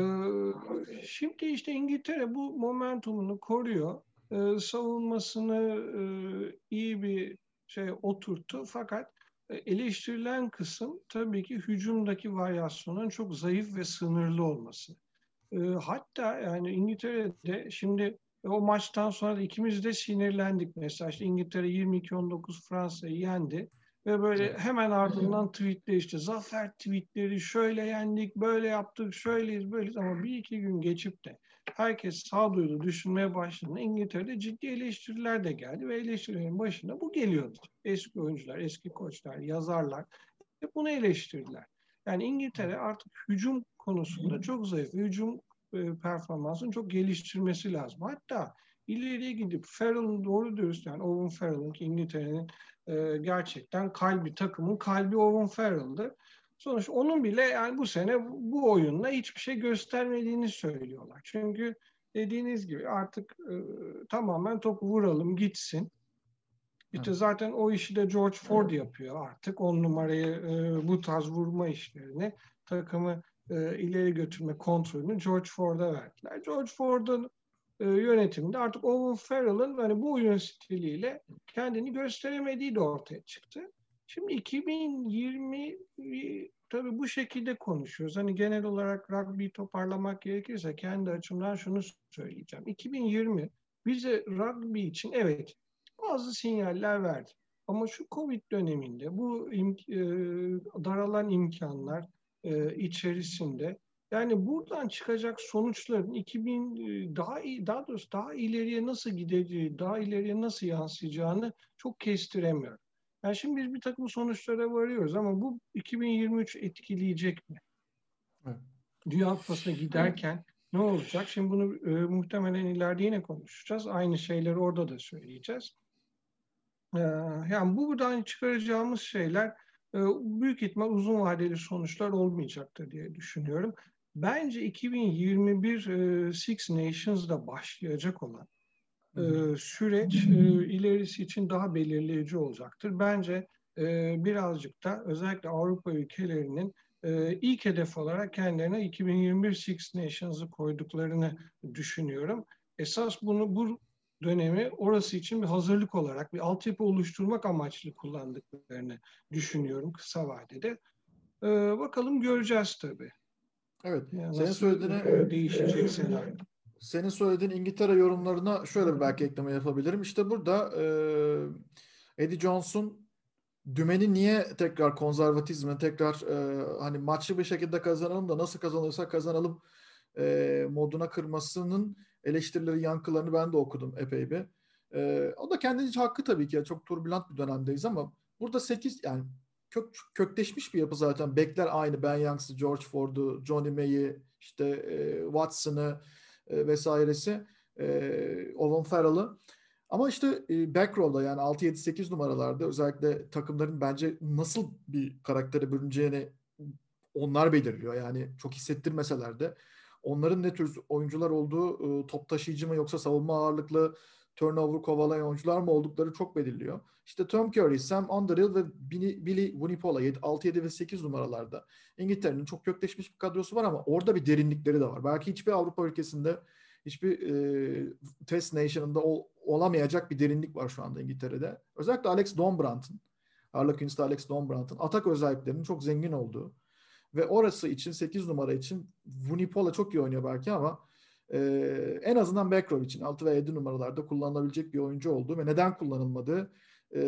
şimdi işte İngiltere bu momentumunu koruyor. E, savunmasını e, iyi bir şey oturttu. Fakat e, eleştirilen kısım tabii ki hücumdaki varyasyonun çok zayıf ve sınırlı olması. E, hatta yani İngiltere'de şimdi o maçtan sonra da ikimiz de sinirlendik. Mesela işte İngiltere yirmi iki on dokuz Fransa'yı yendi. Ve böyle Evet. hemen ardından tweetler işte zafer tweetleri şöyle yendik, böyle yaptık, şöyleyiz, böyleyiz. Ama bir iki gün geçip de herkes sağduyulu düşünmeye başladığında İngiltere'de ciddi eleştiriler de geldi. Ve eleştirilerin başında bu geliyordu. Eski oyuncular, eski koçlar, yazarlar hep bunu eleştirdiler. Yani İngiltere artık hücum konusunda çok zayıf. Hücum e, performansını çok geliştirmesi lazım. Hatta ileriye gidip Farrell'ın doğru dürüst yani Owen Farrell'ın ki İngiltere'nin e, gerçekten kalbi takımın kalbi Owen Farrell'dı. Sonuçta onun bile yani bu sene bu oyunla hiçbir şey göstermediğini söylüyorlar. Çünkü dediğiniz gibi artık e, tamamen topu vuralım gitsin. Evet. İşte zaten o işi de George Ford yapıyor artık. On numarayı e, bu tarz vurma işlerini takımı e, ileri götürme kontrolünü George Ford'a verdiler. George Ford'un e, yönetiminde artık Owen Farrell'ın hani bu oyun stiliyle kendini gösteremediği de ortaya çıktı. Şimdi iki bin yirmi e, tabii bu şekilde konuşuyoruz. Hani genel olarak rugby'yi toparlamak gerekirse kendi açımdan şunu söyleyeceğim. iki bin yirmi bize rugby için evet bazı sinyaller verdi. Ama şu Covid döneminde bu im- e, daralan imkanlar e, içerisinde yani buradan çıkacak sonuçların iki bin e, daha iyi daha doğrusu daha ileriye nasıl gideceği, daha ileriye nasıl yansıyacağını çok kestiremiyorum. Yani şimdi biz bir takım sonuçlara varıyoruz ama bu iki bin yirmi üç etkileyecek mi? Evet. Dünya Kupası'na giderken ne olacak? Şimdi bunu e, muhtemelen ileride yine konuşacağız. Aynı şeyleri orada da söyleyeceğiz. Ee, yani buradan çıkaracağımız şeyler e, büyük ihtimal uzun vadeli sonuçlar olmayacaktır diye düşünüyorum. Bence iki bin yirmi bir e, Six Nations'da başlayacak olan Hı e, hı. süreç e, ilerisi için daha belirleyici olacaktır. Bence e, birazcık da özellikle Avrupa ülkelerinin e, ilk hedef olarak kendilerine iki bin yirmi bir Six Nations'ı koyduklarını düşünüyorum. Esas bunu bu dönemi orası için bir hazırlık olarak bir altyapı oluşturmak amaçlı kullandıklarını düşünüyorum kısa vadede. E, bakalım göreceğiz tabii. Evet. Yani Senin nasıl söylediğine e, değişecek senaryo. senin söylediğin İngiltere yorumlarına şöyle bir belki ekleme yapabilirim. İşte burada e, Eddie Jones'un dümeni niye tekrar konservatizme, tekrar e, hani maçlı bir şekilde kazanalım da nasıl kazanırsa kazanalım e, moduna kırmasının eleştirileri, yankılarını ben de okudum epey bir. E, o da kendince hakkı tabii ki. Çok turbulent bir dönemdeyiz ama burada sekiz yani kök, kökleşmiş bir yapı zaten. Bekler aynı. Ben Youngs'ı, George Ford'u, Johnny May'i, işte e, Watson'ı e, vesairesi, e, Owen Farrell'ı. Ama işte e, back row'da yani altı yedi sekiz numaralarda özellikle takımların bence nasıl bir karaktere bürüneceğini onlar belirliyor. Yani çok hissettirmeseler de onların ne tür oyuncular olduğu, e, top taşıyıcı mı yoksa savunma ağırlıklı turnover kovalayan oyuncular mı oldukları çok belirliyor. İşte Tom Curry, Sam Underhill ve Billy, Billy Vunipola altı yedi ve sekiz numaralarda. İngiltere'nin çok kökleşmiş bir kadrosu var ama orada bir derinlikleri de var. Belki hiçbir Avrupa ülkesinde, hiçbir e, Test Nation'ında ol, olamayacak bir derinlik var şu anda İngiltere'de. Özellikle Alex Dombrandt'ın, Harlequins'te Alex Dombrandt'ın atak özelliklerinin çok zengin olduğu ve orası için sekiz numara için Vunipola çok iyi oynuyor belki ama e, en azından back row için altı ve yedi numaralarda kullanılabilecek bir oyuncu olduğu ve neden kullanılmadığı e,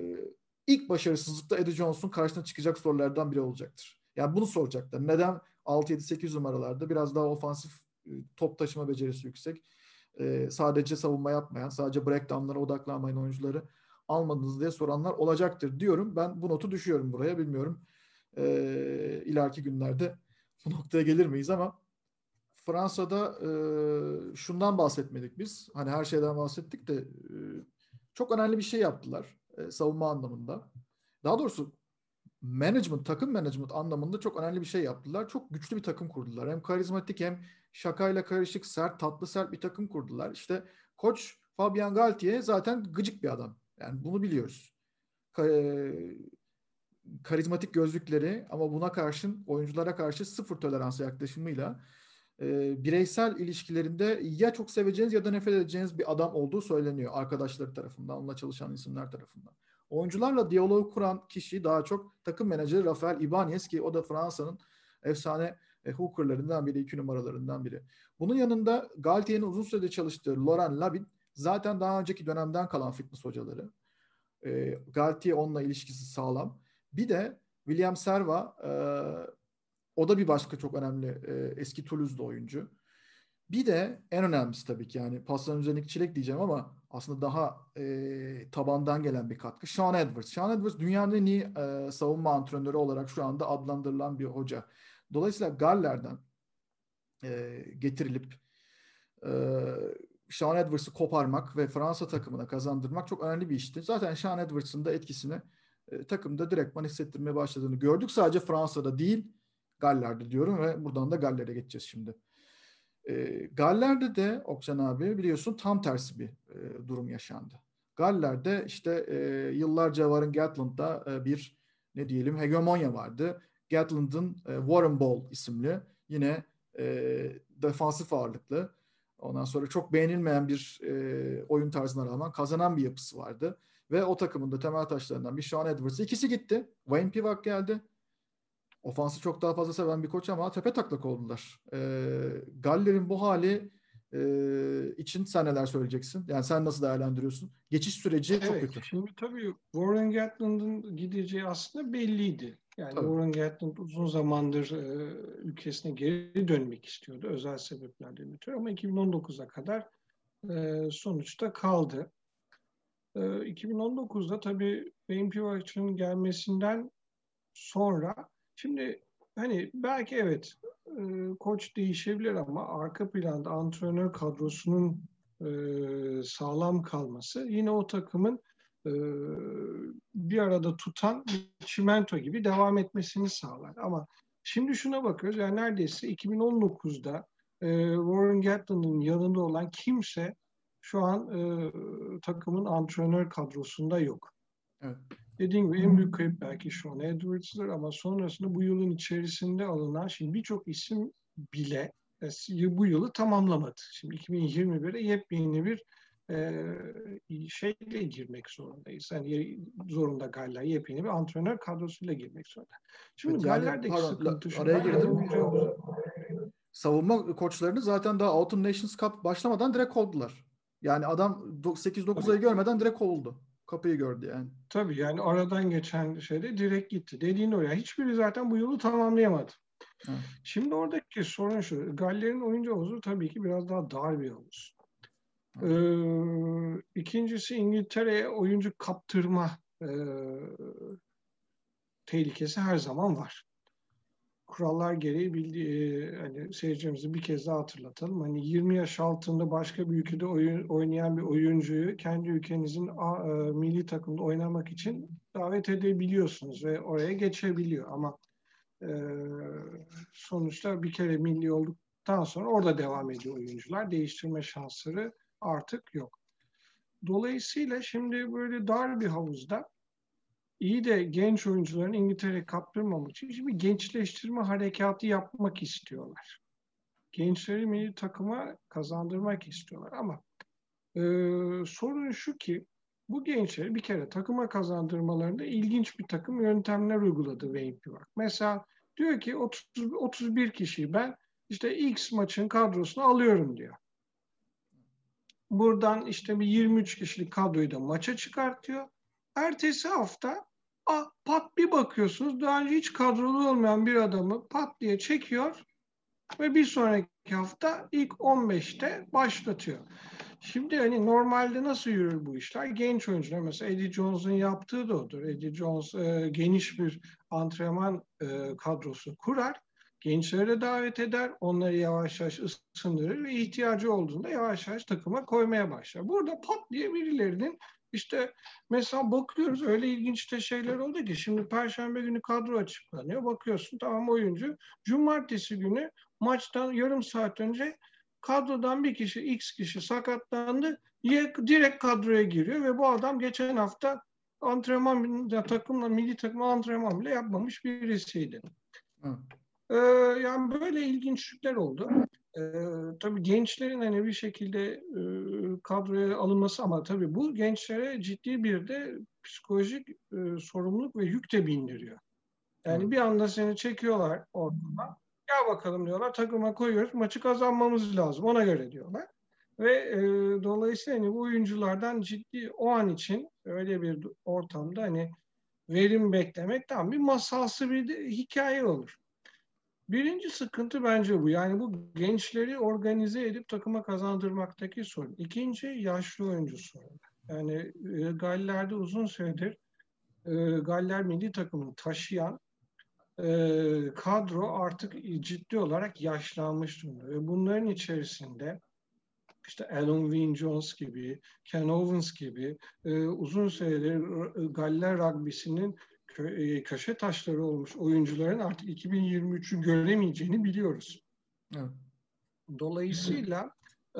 ilk başarısızlıkta Eddie Jones'un karşısına çıkacak sorulardan biri olacaktır. Yani bunu soracaklar. Neden altı yedi sekiz numaralarda biraz daha ofansif e, top taşıma becerisi yüksek, e, sadece savunma yapmayan, sadece breakdown'lara odaklanmayan oyuncuları almadınız diye soranlar olacaktır diyorum. Ben bu notu düşüyorum buraya. Bilmiyorum e, ileriki günlerde bu noktaya gelir miyiz ama Fransa'da e, şundan bahsetmedik biz. Hani her şeyden bahsettik de e, çok önemli bir şey yaptılar e, savunma anlamında. Daha doğrusu management, takım management anlamında çok önemli bir şey yaptılar. Çok güçlü bir takım kurdular. Hem karizmatik hem şakayla karışık, sert, tatlı sert bir takım kurdular. İşte koç Fabien Galtier zaten gıcık bir adam. Yani bunu biliyoruz. Ka- karizmatik gözlükleri ama buna karşın oyunculara karşı sıfır tolerans yaklaşımıyla e, bireysel ilişkilerinde ya çok seveceğiniz ya da nefret edeceğiniz bir adam olduğu söyleniyor arkadaşları tarafından, onunla çalışan isimler tarafından. Oyuncularla diyaloğu kuran kişi daha çok takım menajeri Rafael Ibanez ki o da Fransa'nın efsane e, hookerlarından biri, iki numaralarından biri. Bunun yanında Galtier'in uzun süredir çalıştığı Laurent Labit zaten daha önceki dönemden kalan fitness hocaları. E, Galtier onunla ilişkisi sağlam. Bir de William Serva e, o da bir başka çok önemli e, eski Toulouse'da oyuncu. Bir de en önemlisi tabii ki yani pasların üzerindeki çilek diyeceğim ama aslında daha e, tabandan gelen bir katkı. Sean Edwards. Sean Edwards dünyanın en iyi e, savunma antrenörü olarak şu anda adlandırılan bir hoca. Dolayısıyla Galler'den e, getirilip e, Sean Edwards'ı koparmak ve Fransa takımına kazandırmak çok önemli bir işti. Zaten Sean Edwards'ın da etkisini e, takımda direktman hissettirmeye başladığını gördük. Sadece Fransa'da değil, Galler'de diyorum ve buradan da Galler'e geçeceğiz şimdi. E, Galler'de de Oksan abi biliyorsun tam tersi bir e, durum yaşandı. Galler'de işte e, yıllarca Warren Gatland'da e, bir ne diyelim hegemonya vardı. Gatland'ın e, Warren Ball isimli yine e, defansif ağırlıklı. Ondan sonra çok beğenilmeyen bir e, oyun tarzına rağmen kazanan bir yapısı vardı. Ve o takımın da temel taşlarından bir Sean Edwards. İkisi gitti. Wayne Pivac geldi. Ofansı çok daha fazla seven bir koç ama tepe taklak oldular. E, Galler'in bu hali e, için sen neler söyleyeceksin? Yani sen nasıl değerlendiriyorsun? Geçiş süreci çok Evet, kötü. şimdi tabii Warren Gatland'ın gideceği aslında belliydi. Yani Tabii. Warren Gatland uzun zamandır e, ülkesine geri dönmek istiyordu özel sebeplerden ötürü ama iki bin on dokuza kadar e, sonuçta kaldı. E, iki bin on dokuzda tabii Wayne Pivac'ın gelmesinden sonra şimdi hani belki evet e, koç değişebilir ama arka planda antrenör kadrosunun e, sağlam kalması yine o takımın e, bir arada tutan bir çimento gibi devam etmesini sağlar. Ama şimdi şuna bakıyoruz yani neredeyse iki bin on dokuzda e, Warren Gatland'ın yanında olan kimse şu an e, takımın antrenör kadrosunda yok. Evet. Dediğim gibi en büyük kayıp belki Sean Edwards'dır ama sonrasında bu yılın içerisinde alınan şimdi birçok isim bile bu yılı tamamlamadı. Şimdi iki bin yirmi bire yepyeni bir e, şeyle girmek zorundayız. Yani zorunda Galler yepyeni bir antrenör kadrosuyla girmek zorunda. Şimdi Evet yani Galler'deki pardon la- sıkıntı şu. araya Ben girdim. yapabileceğim Savunma koçlarını zaten daha Autumn Nations Cup başlamadan direkt kovdular. Yani adam sekiz dokuz tabii ayı görmeden direkt kovuldu. kapıyı gördü yani. Tabii yani aradan geçen şeyde direkt gitti. Dediğin o ya. Hiçbiri zaten bu yolu tamamlayamadı. Ha. Şimdi oradaki sorun şu. Galler'in oyuncu havuzu tabii ki biraz daha dar bir havuz. Ha. Ee, ikincisi İngiltere'ye oyuncu kaptırma e, tehlikesi her zaman var. Kurallar gereği bildiği, hani seyircimizi bir kez daha hatırlatalım. Hani yirmi yaş altında başka bir ülkede oyun, oynayan bir oyuncuyu kendi ülkenizin a, e, milli takımda oynamak için davet edebiliyorsunuz ve oraya geçebiliyor. Ama e, sonuçta bir kere milli olduktan sonra orada devam ediyor oyuncular. Değiştirme şansları artık yok. Dolayısıyla şimdi böyle dar bir havuzda iyi de genç oyuncuların İngiltere'ye kaptırmamak için şimdi gençleştirme harekatı yapmak istiyorlar. Gençleri milli takıma kazandırmak istiyorlar ama e, sorun şu ki bu gençleri bir kere takıma kazandırmalarında ilginç bir takım yöntemler uyguladı Wayne Pivac. Mesela diyor ki otuz, otuz bir kişiyi ben işte X maçın kadrosuna alıyorum diyor. Buradan işte bir yirmi üç kişilik kadroyu da maça çıkartıyor. Ertesi hafta a, pat bir bakıyorsunuz daha önce hiç kadrolu olmayan bir adamı pat diye çekiyor ve bir sonraki hafta ilk on beşte başlatıyor. Şimdi hani normalde nasıl yürür bu işler? Genç oyuncular mesela Eddie Jones'un yaptığı da odur. Eddie Jones e, geniş bir antrenman e, kadrosu kurar. Gençleri davet eder, onları yavaş yavaş ısındırır ve ihtiyacı olduğunda yavaş yavaş takıma koymaya başlar. Burada pat diye birilerinin işte mesela bakıyoruz öyle ilginç de şeyler oldu ki şimdi Perşembe günü kadro açıklanıyor. Bakıyorsun tamam oyuncu Cumartesi günü maçtan yarım saat önce kadrodan bir kişi X kişi sakatlandı. Direkt kadroya giriyor ve bu adam geçen hafta antrenman takımla milli takım antrenman bile yapmamış birisiydi. Ha. Ee, yani böyle ilginçlikler oldu. Ee, tabii gençlerin hani bir şekilde e, kadroya alınması ama tabii bu gençlere ciddi bir de psikolojik e, sorumluluk ve yük de bindiriyor. Yani Evet. bir anda seni çekiyorlar ortadan. Gel bakalım diyorlar. Takıma koyuyoruz. Maçı kazanmamız lazım. Ona göre diyorlar. Ve e, dolayısıyla hani bu oyunculardan ciddi o an için öyle bir ortamda hani verim beklemek tam bir masalsı bir de, hikaye olur. Birinci sıkıntı bence bu. Yani bu gençleri organize edip takıma kazandırmaktaki sorun. İkinci yaşlı oyuncu sorunu. Yani e, Galler'de uzun süredir e, Galler milli takımını taşıyan e, kadro artık ciddi olarak yaşlanmış durumda. Ve bunların içerisinde işte Alan Wynne-Jones gibi, Ken Owens gibi e, uzun süredir Galler Rugby'sinin kö, e, köşe taşları olmuş oyuncuların artık iki bin yirmi üçü göremeyeceğini biliyoruz. Evet. Dolayısıyla e,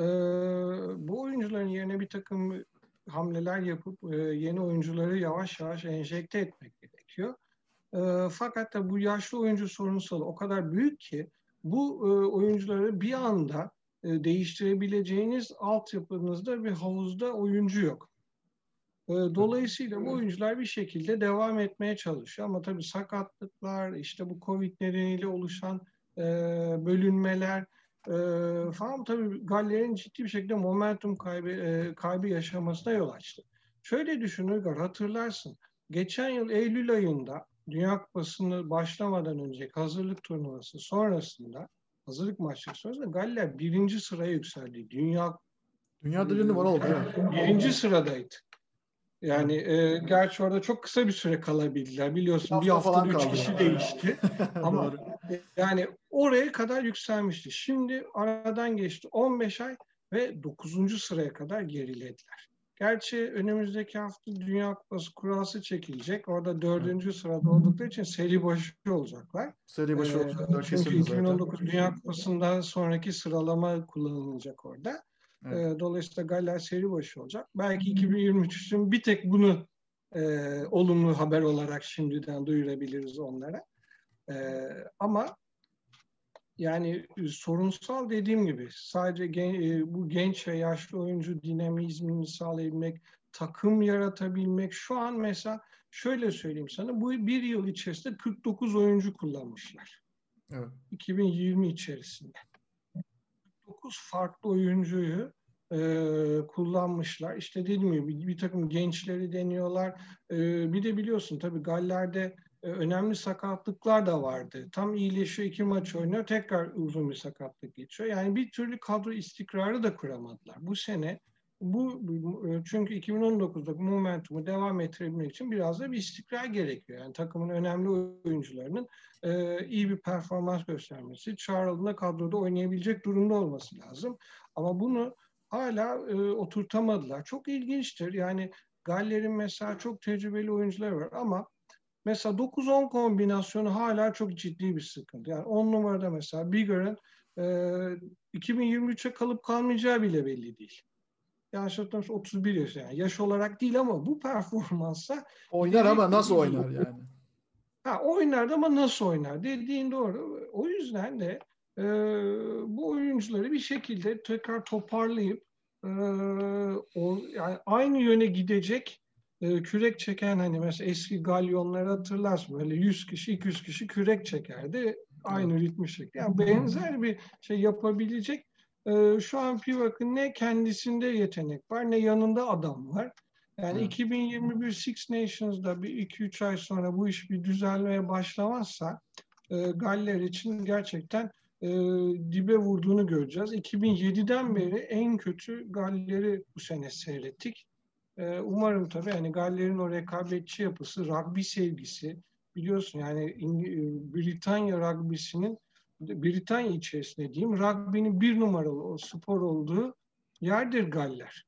bu oyuncuların yerine bir takım hamleler yapıp e, yeni oyuncuları yavaş yavaş enjekte etmek gerekiyor. E, fakat da bu yaşlı oyuncu sorunsalı o kadar büyük ki bu e, oyuncuları bir anda e, değiştirebileceğiniz altyapınızda bir havuzda oyuncu yok. E, dolayısıyla bu oyuncular bir şekilde devam etmeye çalışıyor. Ama tabii sakatlıklar, işte bu Covid nedeniyle oluşan e, bölünmeler e, falan tabii Galler'in ciddi bir şekilde momentum kaybı, e, kaybı yaşamasına yol açtı. Şöyle düşünür, hatırlarsın. Geçen yıl Eylül ayında Dünya Kupası'nı başlamadan önce hazırlık turnuvası sonrasında, hazırlık maçları sonrasında Galler birinci sıraya yükseldi. Dünya Dünyada bir numara oldu. Evet. birinci sıradaydı. Evet. Yani e, gerçi orada çok kısa bir süre kalabildiler. Bir Biliyorsun bir hafta haftada falan üç kaldı. kişi değişti. Ama Doğru. e, yani oraya kadar yükselmişti. Şimdi aradan geçti on beş ay ve dokuzuncu sıraya kadar gerilediler. Gerçi önümüzdeki hafta Dünya Kupası kurası çekilecek. Orada Evet. dördüncü sırada oldukları için seri başı olacaklar. Seri başı E, olacaklar çünkü kesildi zaten. iki bin on dokuz Dünya Kupası'ndan sonraki sıralama kullanılacak orada. Evet. E, dolayısıyla Galler seri başı olacak. Belki iki bin yirmi üç için bir tek bunu e, olumlu haber olarak şimdiden duyurabiliriz onlara. E, ama yani e, sorunsal dediğim gibi sadece gen, e, bu genç ve yaşlı oyuncu dinamizmini sağlayabilmek, takım yaratabilmek. Şu an mesela şöyle söyleyeyim sana, bu bir yıl içerisinde kırk dokuz oyuncu kullanmışlar. Evet. iki bin yirmi içerisinde. dokuz farklı oyuncuyu e, kullanmışlar. İşte dediğim gibi bir, bir takım gençleri deniyorlar. E, bir de biliyorsun tabii Galler'de e, önemli sakatlıklar da vardı. Tam iyileşiyor, iki maç oynuyor, tekrar uzun bir sakatlık geçiyor. Yani bir türlü kadro istikrarı da kuramadılar. Bu sene bu bu- çünkü iki bin on dokuzdaki momentumu devam ettirebilmek için biraz da bir istikrar gerekiyor. Yani takımın önemli oyuncularının e, iyi bir performans göstermesi, çağrıldığında kadroda oynayabilecek durumda olması lazım. Ama bunu hala e, oturtamadılar. Çok ilginçtir. Yani Galler'in mesela çok tecrübeli oyuncuları var ama mesela dokuz on kombinasyonu hala çok ciddi bir sıkıntı. Yani on numarada mesela Bigger'ın e, iki bin yirmi üçe kalıp kalmayacağı bile belli değil. Yanlış hatırlamıyorsam otuz bir yaş yani. Yaş olarak değil ama bu performansa Oynar ama gidecek de nasıl değil. oynar yani? Ha, oynar ama nasıl oynar dediğin doğru. O yüzden de e, bu oyuncuları bir şekilde tekrar toparlayıp e, o, yani aynı yöne gidecek e, kürek çeken hani mesela eski galyonları hatırlarsın böyle yüz kişi iki yüz kişi kürek çekerdi Evet. aynı ritmi şekli. Yani benzer bir şey yapabilecek e, şu an Pivak'ın ne kendisinde yetenek var ne yanında adam var. Yani Evet. iki bin yirmi bir Six Nations'da bir iki üç ay sonra bu iş bir düzelmeye başlamazsa e, Galler için gerçekten e, dibe vurduğunu göreceğiz. iki bin yediden beri en kötü Galler'i bu sene seyrettik. E, umarım tabii hani Galler'in o rekabetçi yapısı, rugby sevgisi biliyorsun yani İng- Britanya rugby'sinin Britanya içerisinde diyeyim rugby'nin bir numaralı o spor olduğu yerdir Galler.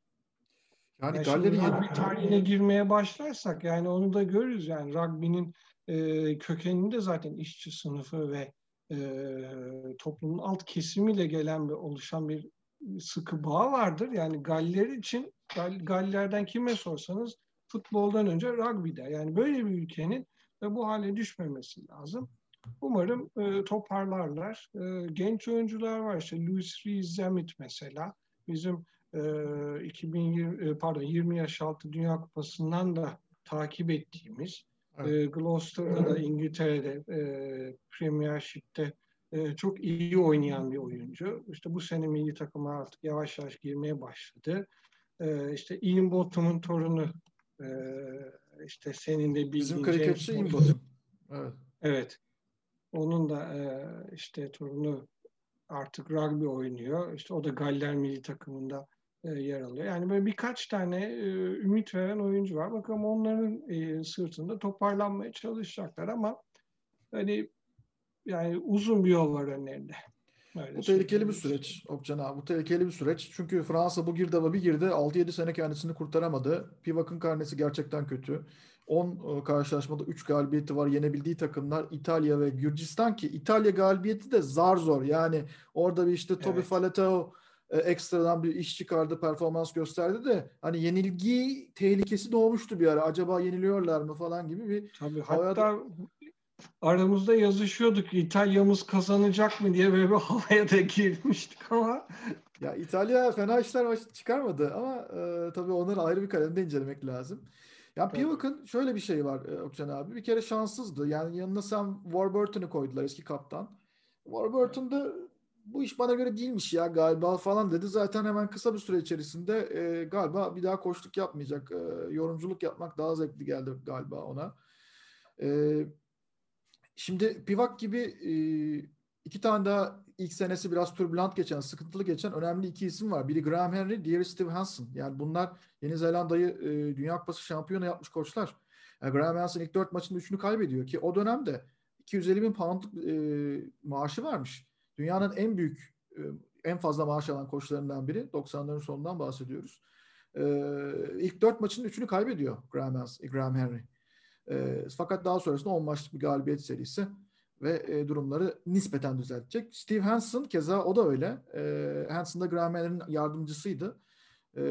Yani Yani şimdi Galler'in yedi... rugby tarihine girmeye başlarsak yani onu da görürüz yani rugby'nin e, kökeninde zaten işçi sınıfı ve e, toplumun alt kesimiyle gelen bir oluşan bir sıkı bağ vardır. Yani Galler için Gall, Galler'den kime sorsanız futboldan önce rugby der. Yani böyle bir ülkenin ve bu hale düşmemesi lazım. Umarım e, toparlarlar. E, genç oyuncular var işte Louis Rees-Zammit mesela bizim e, iki bin yirmi, e, pardon yirmi yaş altı Dünya Kupası'ndan da takip ettiğimiz Evet. e, Gloucester'da da İngiltere'de e, Premiership'te e, çok iyi oynayan bir oyuncu. İşte bu sene milli takıma artık yavaş yavaş girmeye başladı. E, işte Ian Bottom'un torunu e, işte senin de Bizim bildiğin James kriketçi Bottom. Inbottom. Evet. Evet. Onun da e, işte torunu artık rugby oynuyor. İşte o da Galler milli takımında e, yer alıyor. Yani böyle birkaç tane e, ümit veren oyuncu var. Bakalım onların e, sırtında toparlanmaya çalışacaklar ama hani yani uzun bir yol var önlerinde. Öyle Bu tehlikeli bir söyleyebiliriz. süreç Okcan abi. Bu tehlikeli bir süreç. Çünkü Fransa bu girdaba bir girdi. altı yedi sene kendisini kurtaramadı. Pivak'ın karnesi gerçekten kötü. on e, karşılaşmada üç galibiyeti var. Yenebildiği takımlar İtalya ve Gürcistan ki İtalya galibiyeti de zar zor. Yani orada bir işte Toby Evet. Faletau e, ekstradan bir iş çıkardı, performans gösterdi de hani yenilgi tehlikesi doğmuştu bir ara. Acaba yeniliyorlar mı falan gibi bir Tabii havaya hatta aramızda yazışıyorduk İtalya'mız kazanacak mı diye böyle bir havaya da girmiştik ama Ya İtalya fena işler baş- çıkarmadı ama e, tabii onları ayrı bir kalemde incelemek lazım. Ya tabii. Pivak'ın şöyle bir şey var e, Okcan abi. Bir kere şanssızdı. Yani yanına Sam Warburton'u koydular eski kaptan. Evet. Warburton da bu iş bana göre değilmiş ya galiba falan dedi. Zaten hemen kısa bir süre içerisinde e, galiba bir daha koçluk yapmayacak. E, yorumculuk yapmak daha zevkli geldi galiba ona. E, Şimdi Pivak gibi e, iki tane daha ilk senesi biraz turbulent geçen, sıkıntılı geçen önemli iki isim var. Biri Graham Henry, diğeri Steve Hansen. Yani bunlar Yeni Zelanda'yı e, Dünya Kupası şampiyonu yapmış koçlar. Yani Graham Hansen ilk dört maçın üçünü kaybediyor ki o dönemde iki yüz elli bin poundluk e, maaşı varmış. Dünyanın en büyük, e, en fazla maaş alan koçlarından biri. doksanların sonundan bahsediyoruz. E, ilk dört maçın üçünü kaybediyor Graham, Hansen, Graham Henry. E, fakat daha sonrasında on maçlık bir galibiyet serisi ve e, durumları nispeten düzeltecek. Steve Hansen keza o da öyle. E, Hansen da Graham Henry'nin yardımcısıydı. E,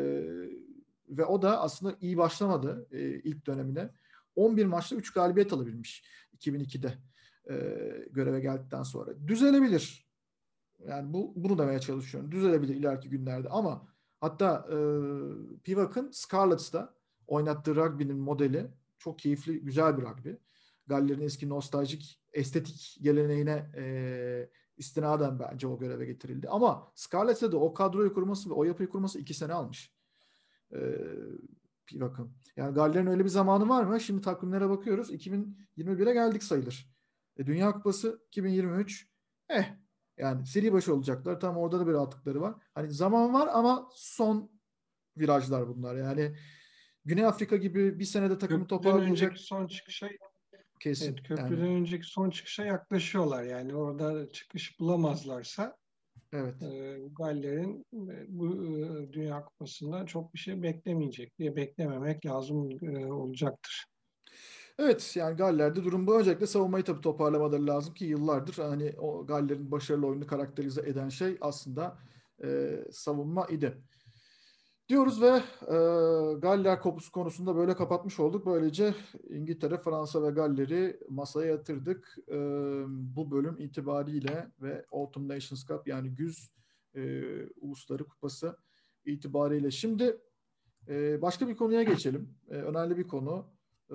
ve o da aslında iyi başlamadı e, ilk dönemine. on bir maçta üç galibiyet alabilmiş iki bin ikide e, göreve geldikten sonra. Düzelebilir. Yani bu bunu demeye çalışıyorum. Düzelebilir ileriki günlerde ama hatta e, Pivak'ın Scarlets'ta oynattığı rugby'nin modeli çok keyifli, güzel bir rugby. Galler'in eski nostaljik, estetik geleneğine e, istinaden bence o göreve getirildi. Ama Scarlett'e de o kadroyu kurması ve o yapıyı kurması iki sene almış. Ee, bir bakın. Yani Galler'in öyle bir zamanı var mı? Şimdi takvimlere bakıyoruz. iki bin yirmi bire geldik sayılır. E, Dünya Kupası iki bin yirmi üç. Eh yani seri başı olacaklar. Tam orada da bir rahatlıkları var. Hani zaman var ama son virajlar bunlar. Yani Güney Afrika gibi bir senede takımı Köprüden toparlayacak önceki son çıkışa Evet, kesin. Yani köprüden önceki son çıkışa yaklaşıyorlar. Yani orada çıkış bulamazlarsa evet. e, Galler'in e, bu e, Dünya Kupası'ndan çok bir şey beklemeyecek diye beklememek lazım e, olacaktır. Evet yani Galler'de durum bu. Öncelikle savunmayı tabii toparlamaları lazım ki yıllardır hani o Galler'in başarılı oyunu karakterize eden şey aslında e, savunma idi. Diyoruz ve e, Galler kopusu konusunda böyle kapatmış olduk. Böylece İngiltere, Fransa ve Galler'i masaya yatırdık. E, bu bölüm itibariyle ve Autumn Nations Cup yani Güz e, Ulusları Kupası itibariyle. Şimdi e, başka bir konuya geçelim. E, önemli bir konu. E,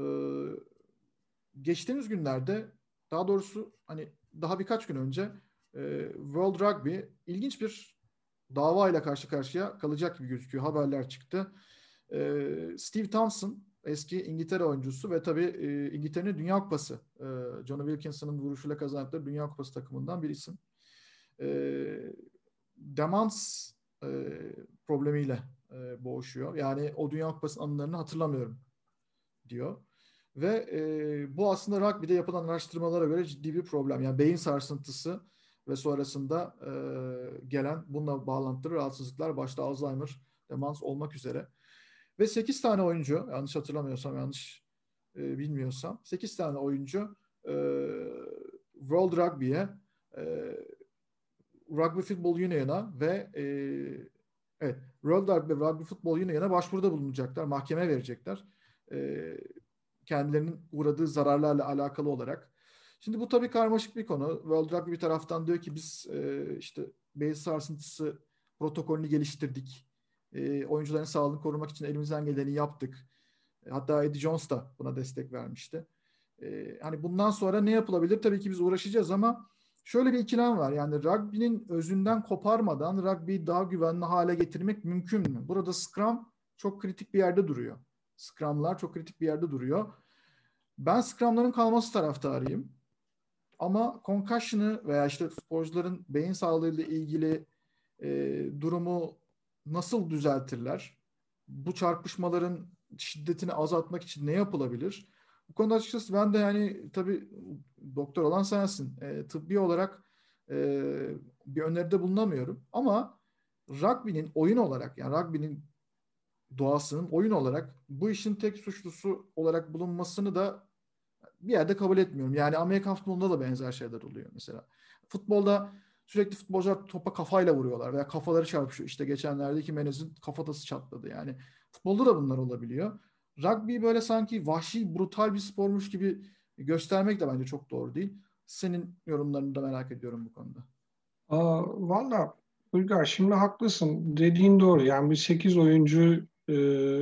geçtiğimiz günlerde daha doğrusu hani daha birkaç gün önce e, World Rugby ilginç bir davayla karşı karşıya kalacak gibi gözüküyor. Haberler çıktı. E, Steve Thompson eski İngiltere oyuncusu ve tabii e, İngiltere'nin Dünya Kupası e, Johnny Wilkinson'ın vuruşuyla kazandıkları Dünya Kupası takımından bir isim. E, demans e, problemiyle e, boğuşuyor. Yani o Dünya Kupası anılarını hatırlamıyorum diyor. Ve e, bu aslında rugby'de yapılan araştırmalara göre ciddi bir problem. Yani beyin sarsıntısı ve sonrasında e, gelen bununla bağlantılı rahatsızlıklar başta Alzheimer, demans olmak üzere. Ve sekiz tane oyuncu, yanlış hatırlamıyorsam, yanlış e, bilmiyorsam, sekiz tane oyuncu e, World Rugby'ye, e, Rugby Football Union'a ve e, evet, World Rugby, Rugby Football Union'a başvuruda bulunacaklar, mahkeme verecekler. E, kendilerinin uğradığı zararlarla alakalı olarak. Şimdi bu tabii karmaşık bir konu. World Rugby bir taraftan diyor ki biz e, işte beyin sarsıntısı protokolünü geliştirdik. E, oyuncuların sağlığını korumak için elimizden geleni yaptık. E, hatta Eddie Jones da buna destek vermişti. E, hani bundan sonra ne yapılabilir? Tabii ki biz uğraşacağız ama şöyle bir ikilem var. Yani rugby'nin özünden koparmadan rugby'yi daha güvenli hale getirmek mümkün mü? Burada Scrum çok kritik bir yerde duruyor. Scrum'lar çok kritik bir yerde duruyor. Ben Scrum'ların kalması taraftarıyım. Ama concussion'ı veya işte sporcuların beyin sağlığıyla ilgili e, durumu nasıl düzeltirler? Bu çarpışmaların şiddetini azaltmak için ne yapılabilir? Bu konuda açıkçası ben de yani tabii doktor olan sensin. E, tıbbi olarak e, bir öneride bulunamıyorum. Ama rugby'nin oyun olarak yani rugby'nin doğasının oyun olarak bu işin tek suçlusu olarak bulunmasını da bir yerde kabul etmiyorum. Yani Amerikan futbolunda da benzer şeyler oluyor mesela. Futbolda sürekli futbolcular topa kafayla vuruyorlar veya kafaları çarpışıyor. İşte geçenlerde Jimenez'in kafatası çatladı. Yani futbolda da bunlar olabiliyor. Rugby böyle sanki vahşi, brutal bir spormuş gibi göstermek de bence çok doğru değil. Senin yorumlarını da merak ediyorum bu konuda. Aa, valla Uygar şimdi haklısın. Dediğin doğru. Yani bir sekiz oyuncu e,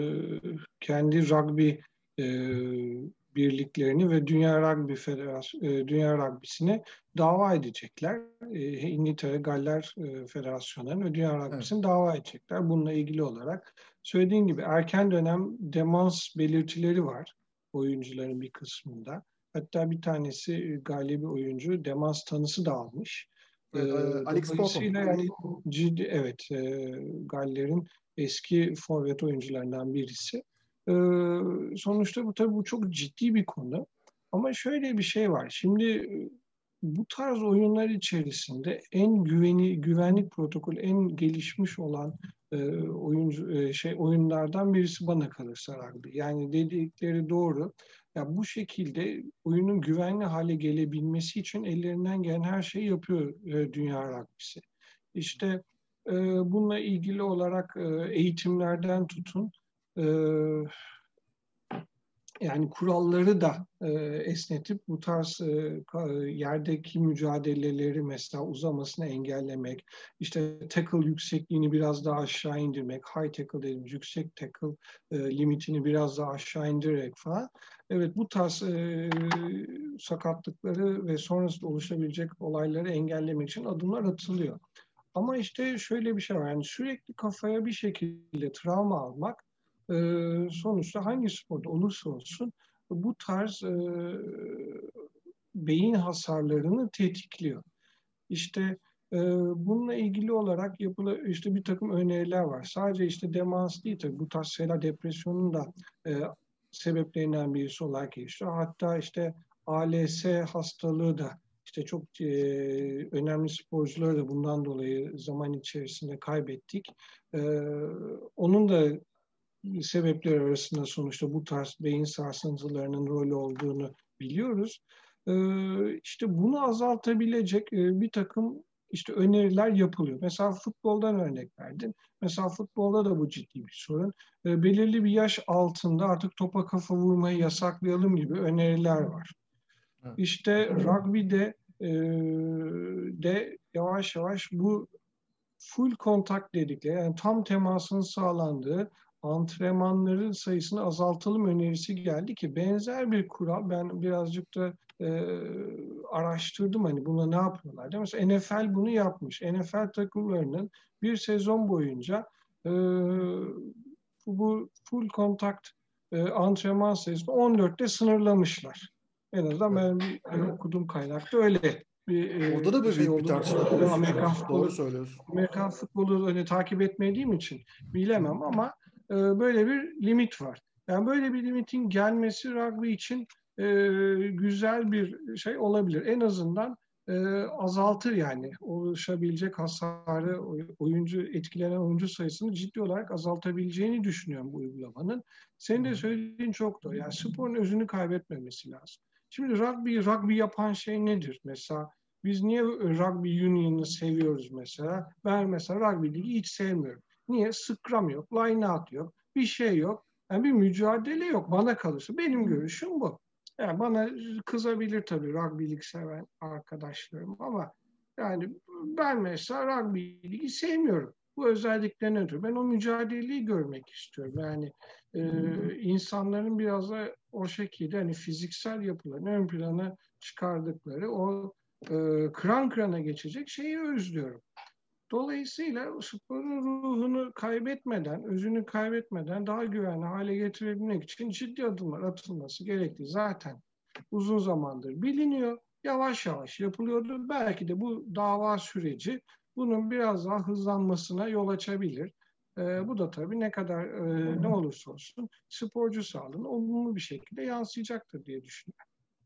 kendi rugby e, birliklerini ve Dünya Rugby Federasyonu, e, Dünya Rugby'sini dava edecekler. E, İngiltere Galler e, Federasyonu'nun ve Dünya Evet. Rugby'sini dava edecekler. Bununla ilgili olarak söylediğin gibi erken dönem demans belirtileri var oyuncuların bir kısmında. Hatta bir tanesi e, galibi oyuncu demans tanısı da almış. E, Evet, e, Alex Popham. dolayısıyla yani ciddi evet e, Galler'in eski forvet oyuncularından birisi. E, sonuçta bu tabii bu çok ciddi bir konu. Ama şöyle bir şey var. Şimdi e, bu tarz oyunlar içerisinde en güveni güvenlik protokolü en gelişmiş olan e, oyuncu e, şey oyunlardan birisi bana kalırsa rugby. Yani dedikleri doğru. Ya bu şekilde oyunun güvenli hale gelebilmesi için ellerinden gelen her şeyi yapıyor e, dünya rugby'si. İşte e, bununla ilgili olarak e, eğitimlerden tutun e, Yani kuralları da e, esnetip bu tarz e, yerdeki mücadeleleri mesela uzamasını engellemek, işte tackle yüksekliğini biraz daha aşağı indirmek, high tackle dediğimiz yüksek tackle e, limitini biraz daha aşağı indirerek falan. Evet, bu tarz e, sakatlıkları ve sonrasında oluşabilecek olayları engellemek için adımlar atılıyor. Ama işte şöyle bir şey var, yani sürekli kafaya bir şekilde travma almak e, sonuçta hangi sporda olursa olsun bu tarz e, beyin hasarlarını tetikliyor. İşte e, bununla ilgili olarak yapılan işte bir takım öneriler var. Sadece işte demans değil tabii, bu tarz şeyler depresyonun da e, sebeplerinden birisi olarak geçiyor. Hatta işte A L S hastalığı da işte çok e, önemli sporcuları da bundan dolayı zaman içerisinde kaybettik. E, onun da sebepler arasında sonuçta bu tarz beyin sarsıntılarının rolü olduğunu biliyoruz. Ee, işte bunu azaltabilecek e, bir takım işte öneriler yapılıyor. Mesela futboldan örnek verdin. Mesela futbolda da bu ciddi bir sorun. Ee, belirli bir yaş altında artık topa kafa vurmayı yasaklayalım gibi öneriler var. Evet. İşte rugby'de e, de yavaş yavaş bu full kontak dedikleri, yani tam temasın sağlandığı antrenmanların sayısını azaltalım önerisi geldi ki benzer bir kural, ben birazcık da e, araştırdım hani buna ne yapıyorlar diye. Mesela N F L bunu yapmış. N F L takımlarının bir sezon boyunca e, bu full kontakt e, antrenman sayısını on dörtte sınırlamışlar. En azından Evet. ben bir, bir okuduğum kaynakta öyle bir Orada da e, böyle şey büyük bir olduğunu tartışma düşünüyorum. konusu şu Amerikan an. Doğru futbolu söylüyorsun. Amerikan futbolu hani takip etmediğim için Hı hı. bilemem ama e, böyle bir limit var. Yani böyle bir limitin gelmesi rugby için e, güzel bir şey olabilir. En azından e, azaltır yani oluşabilecek hasarı, oyuncu etkilenen oyuncu sayısını ciddi olarak azaltabileceğini düşünüyorum bu uygulamanın. Hı Senin de hı. söylediğin çok doğru. Yani sporun özünü kaybetmemesi lazım. Şimdi rugby, rugby yapan şey nedir? Mesela biz niye rugby union'ı seviyoruz mesela? Ben mesela rugby ligi hiç sevmiyorum. Niye? Scrum yok, line out yok, bir şey yok. Yani bir mücadele yok bana kalırsa. Benim görüşüm bu. Yani bana kızabilir tabii rugby lig seven arkadaşlarım ama yani ben mesela rugby ligi sevmiyorum. Bu özelliklerine ötürü. Ben o mücadeleyi görmek istiyorum. Yani e, insanların biraz da o şekilde hani fiziksel yapılarını ön plana çıkardıkları o e, kıran kırana geçecek şeyi özlüyorum. Dolayısıyla sporun ruhunu kaybetmeden, özünü kaybetmeden daha güvenli hale getirebilmek için ciddi adımlar atılması gerektiği zaten uzun zamandır biliniyor. Yavaş yavaş yapılıyordu. Belki de bu dava süreci bunun biraz daha hızlanmasına yol açabilir. E, bu da tabii ne kadar e, ne olursa olsun sporcu sağlığına olumlu bir şekilde yansıyacaktır diye düşünüyorum.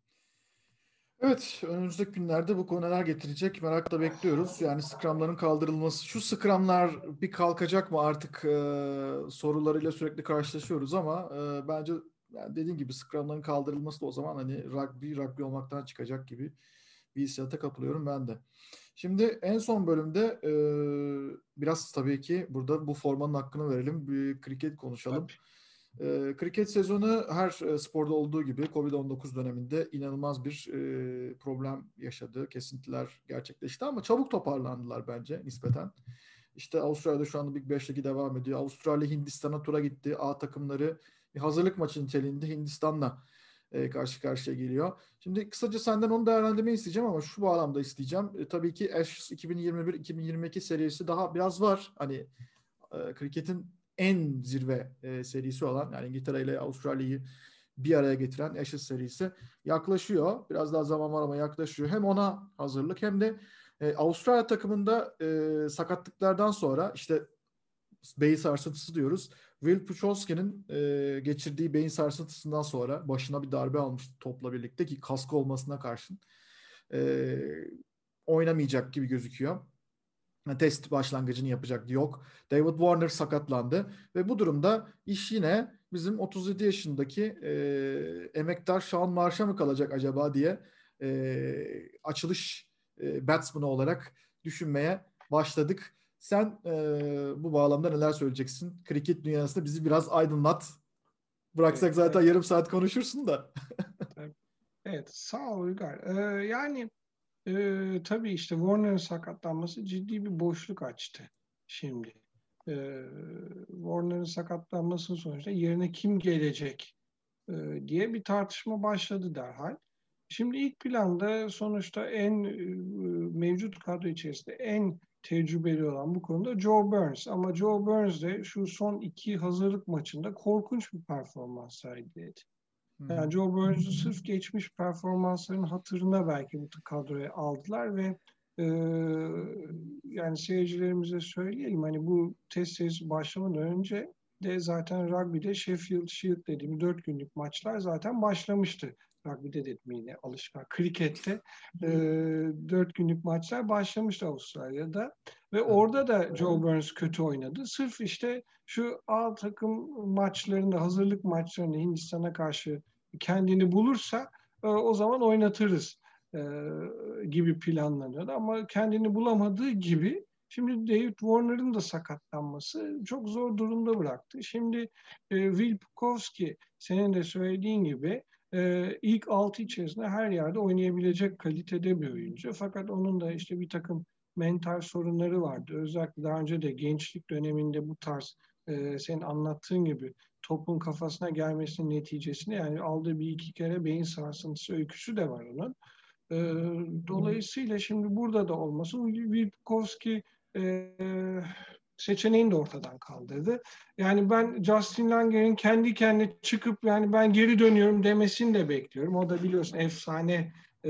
Evet, önümüzdeki günlerde bu konu neler getirecek merakla bekliyoruz. Yani Scrum'ların kaldırılması, şu Scrum'lar bir kalkacak mı artık e, sorularıyla sürekli karşılaşıyoruz ama e, bence yani dediğin gibi Scrum'ların kaldırılması da o zaman hani rugby, rugby olmaktan çıkacak gibi bir hissiyata kapılıyorum ben de. Şimdi en son bölümde e, biraz tabii ki burada bu formanın hakkını verelim, bir kriket konuşalım. Tabii. E, kriket sezonu her e, sporda olduğu gibi kovid on dokuz döneminde inanılmaz bir e, problem yaşadı. Kesintiler gerçekleşti ama çabuk toparlandılar bence nispeten. İşte Avustralya'da şu anda Big beş ligi devam ediyor. Avustralya Hindistan'a tura gitti. A takımları bir hazırlık maçı niteliğinde Hindistan'la e, karşı karşıya geliyor. Şimdi kısaca senden onu değerlendirmeyi isteyeceğim ama şu bağlamda isteyeceğim. E, tabii ki Ashes iki bin yirmi bir iki bin yirmi iki serisi daha biraz var. Hani e, kriketin en zirve e, serisi olan yani İngiltere ile Avustralya'yı bir araya getiren Ashes serisi yaklaşıyor. Biraz daha zaman var ama yaklaşıyor. Hem ona hazırlık hem de e, Avustralya takımında e, sakatlıklardan sonra işte beyin sarsıntısı diyoruz. Will Pucholski'nin e, geçirdiği beyin sarsıntısından sonra başına bir darbe almıştı topla birlikte ki kaskı olmasına karşın e, oynamayacak gibi gözüküyor. Test başlangıcını yapacak yok. David Warner sakatlandı ve bu durumda iş yine bizim otuz yedi yaşındaki e, emektar Sean Marsh'a mı kalacak acaba diye e, açılış e, batsmanı olarak düşünmeye başladık. Sen e, bu bağlamda neler söyleyeceksin? Kriket dünyasında bizi biraz aydınlat. Bıraksak Evet, zaten evet. yarım saat konuşursun da. Evet, sağ ol Uygar. Ee, yani e, tabii işte Warner'ın sakatlanması ciddi bir boşluk açtı şimdi. Ee, Warner'ın sakatlanmasının sonucunda yerine kim gelecek e, diye bir tartışma başladı derhal. Şimdi ilk planda sonuçta en e, mevcut kadro içerisinde en tecrübeli olan bu konuda Joe Burns. Ama Joe Burns de şu son iki hazırlık maçında korkunç bir performans sergiledi. Hı hı. Yani Joe Burns'u sırf geçmiş performanslarının hatırına belki bu kadroya aldılar ve e, yani seyircilerimize söyleyelim hani bu test serisi başlamadan önce de zaten rugby'de Sheffield Shield dediğim dört günlük maçlar zaten başlamıştı. Rugby'de dedim yine alışkan. Krikette e, dört günlük maçlar başlamıştı Avustralya'da ve Evet. orada da Joe Burns kötü oynadı. Sırf işte şu A takım maçlarında, hazırlık maçlarında Hindistan'a karşı kendini bulursa e, o zaman oynatırız e, gibi planlanıyordu. Ama kendini bulamadığı gibi şimdi David Warner'ın da sakatlanması çok zor durumda bıraktı. Şimdi e, Will Pucovski senin de söylediğin gibi e, ilk altı içerisinde her yerde oynayabilecek kalitede bir oyuncu. Fakat onun da işte bir takım mental sorunları vardı. Özellikle daha önce de gençlik döneminde bu tarz e, senin anlattığın gibi topun kafasına gelmesinin neticesinde yani aldığı bir iki kere beyin sarsıntısı öyküsü de var onun. E, Dolayısıyla şimdi burada da olması Wilkowski e, seçeneğini de ortadan kaldırdı. Yani ben Justin Langer'in kendi kendine çıkıp yani ben geri dönüyorum demesini de bekliyorum. O da biliyorsun efsane e,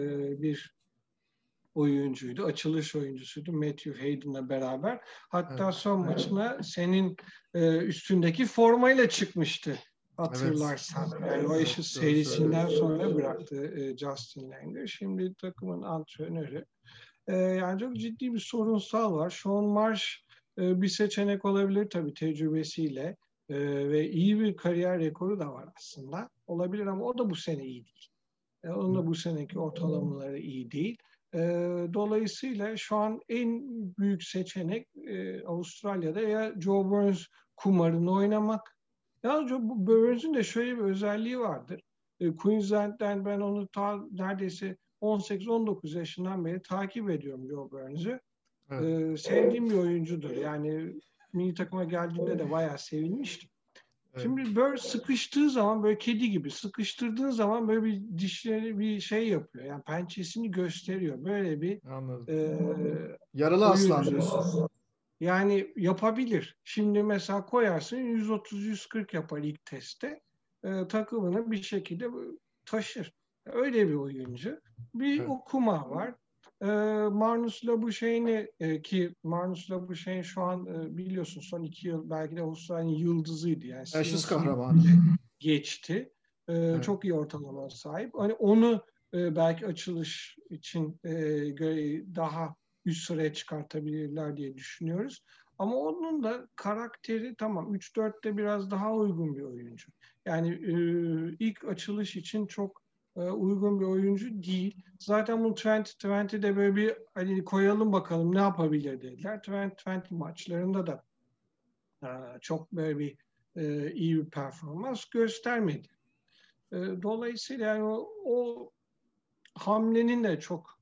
bir oyuncuydu. Açılış oyuncusuydu Matthew Hayden'la beraber. Hatta Evet. son maçına senin e, üstündeki formayla çıkmıştı Evet. hatırlarsan. Yani o Evet. işi Doğru serisinden söylüyorsun. sonra bıraktı e, Justin Langer. Şimdi takımın antrenörü. E, yani çok ciddi bir sorunsal var. Sean Marsh e, bir seçenek olabilir tabii tecrübesiyle e, ve iyi bir kariyer rekoru da var aslında. Olabilir ama o da bu sene iyi değil. E, onun da bu seneki ortalamaları iyi değil. E, dolayısıyla şu an en büyük seçenek e, Avustralya'da ya Joe Burns kumarını oynamak. Ya Joe Burns'ün de şöyle bir özelliği vardır. E, Queensland'den ben onu ta, neredeyse on sekiz on dokuz yaşından beri takip ediyorum Joe Burns'ü. Evet. E, sevdiğim bir oyuncudur. Yani milli takıma geldiğinde de bayağı sevinmiştim. Evet. Şimdi böyle sıkıştığı zaman böyle kedi gibi sıkıştırdığın zaman böyle bir dişleri bir şey yapıyor. Yani pençesini gösteriyor. Böyle bir Anladım. e, Yaralı aslan oyuncu. diyorsun. Yani yapabilir. Şimdi mesela koyarsın yüz otuz yüz kırk yapar ilk testte. E, takımını bir şekilde taşır. Öyle bir oyuncu. Bir Evet. okuma var. E, Marnus Labuschagne e, ki Marnus Labuschagne şu an e, biliyorsun son iki yıl belki de Avustralya'nın yıldızıydı. Yani Steven Eşsiz Smith kahraman. geçti. E, Evet. çok iyi ortalama sahip. Hani onu e, belki açılış için e, daha üst sıraya çıkartabilirler diye düşünüyoruz. Ama onun da karakteri tamam üç dörtte biraz daha uygun bir oyuncu. Yani e, ilk açılış için çok e, uygun bir oyuncu değil. Zaten bu yirmi yirmide böyle bir hani koyalım bakalım ne yapabilir dediler. yirmi yirmi maçlarında da e, çok böyle bir e, iyi bir performans göstermedi. E, dolayısıyla yani o, o hamlenin de çok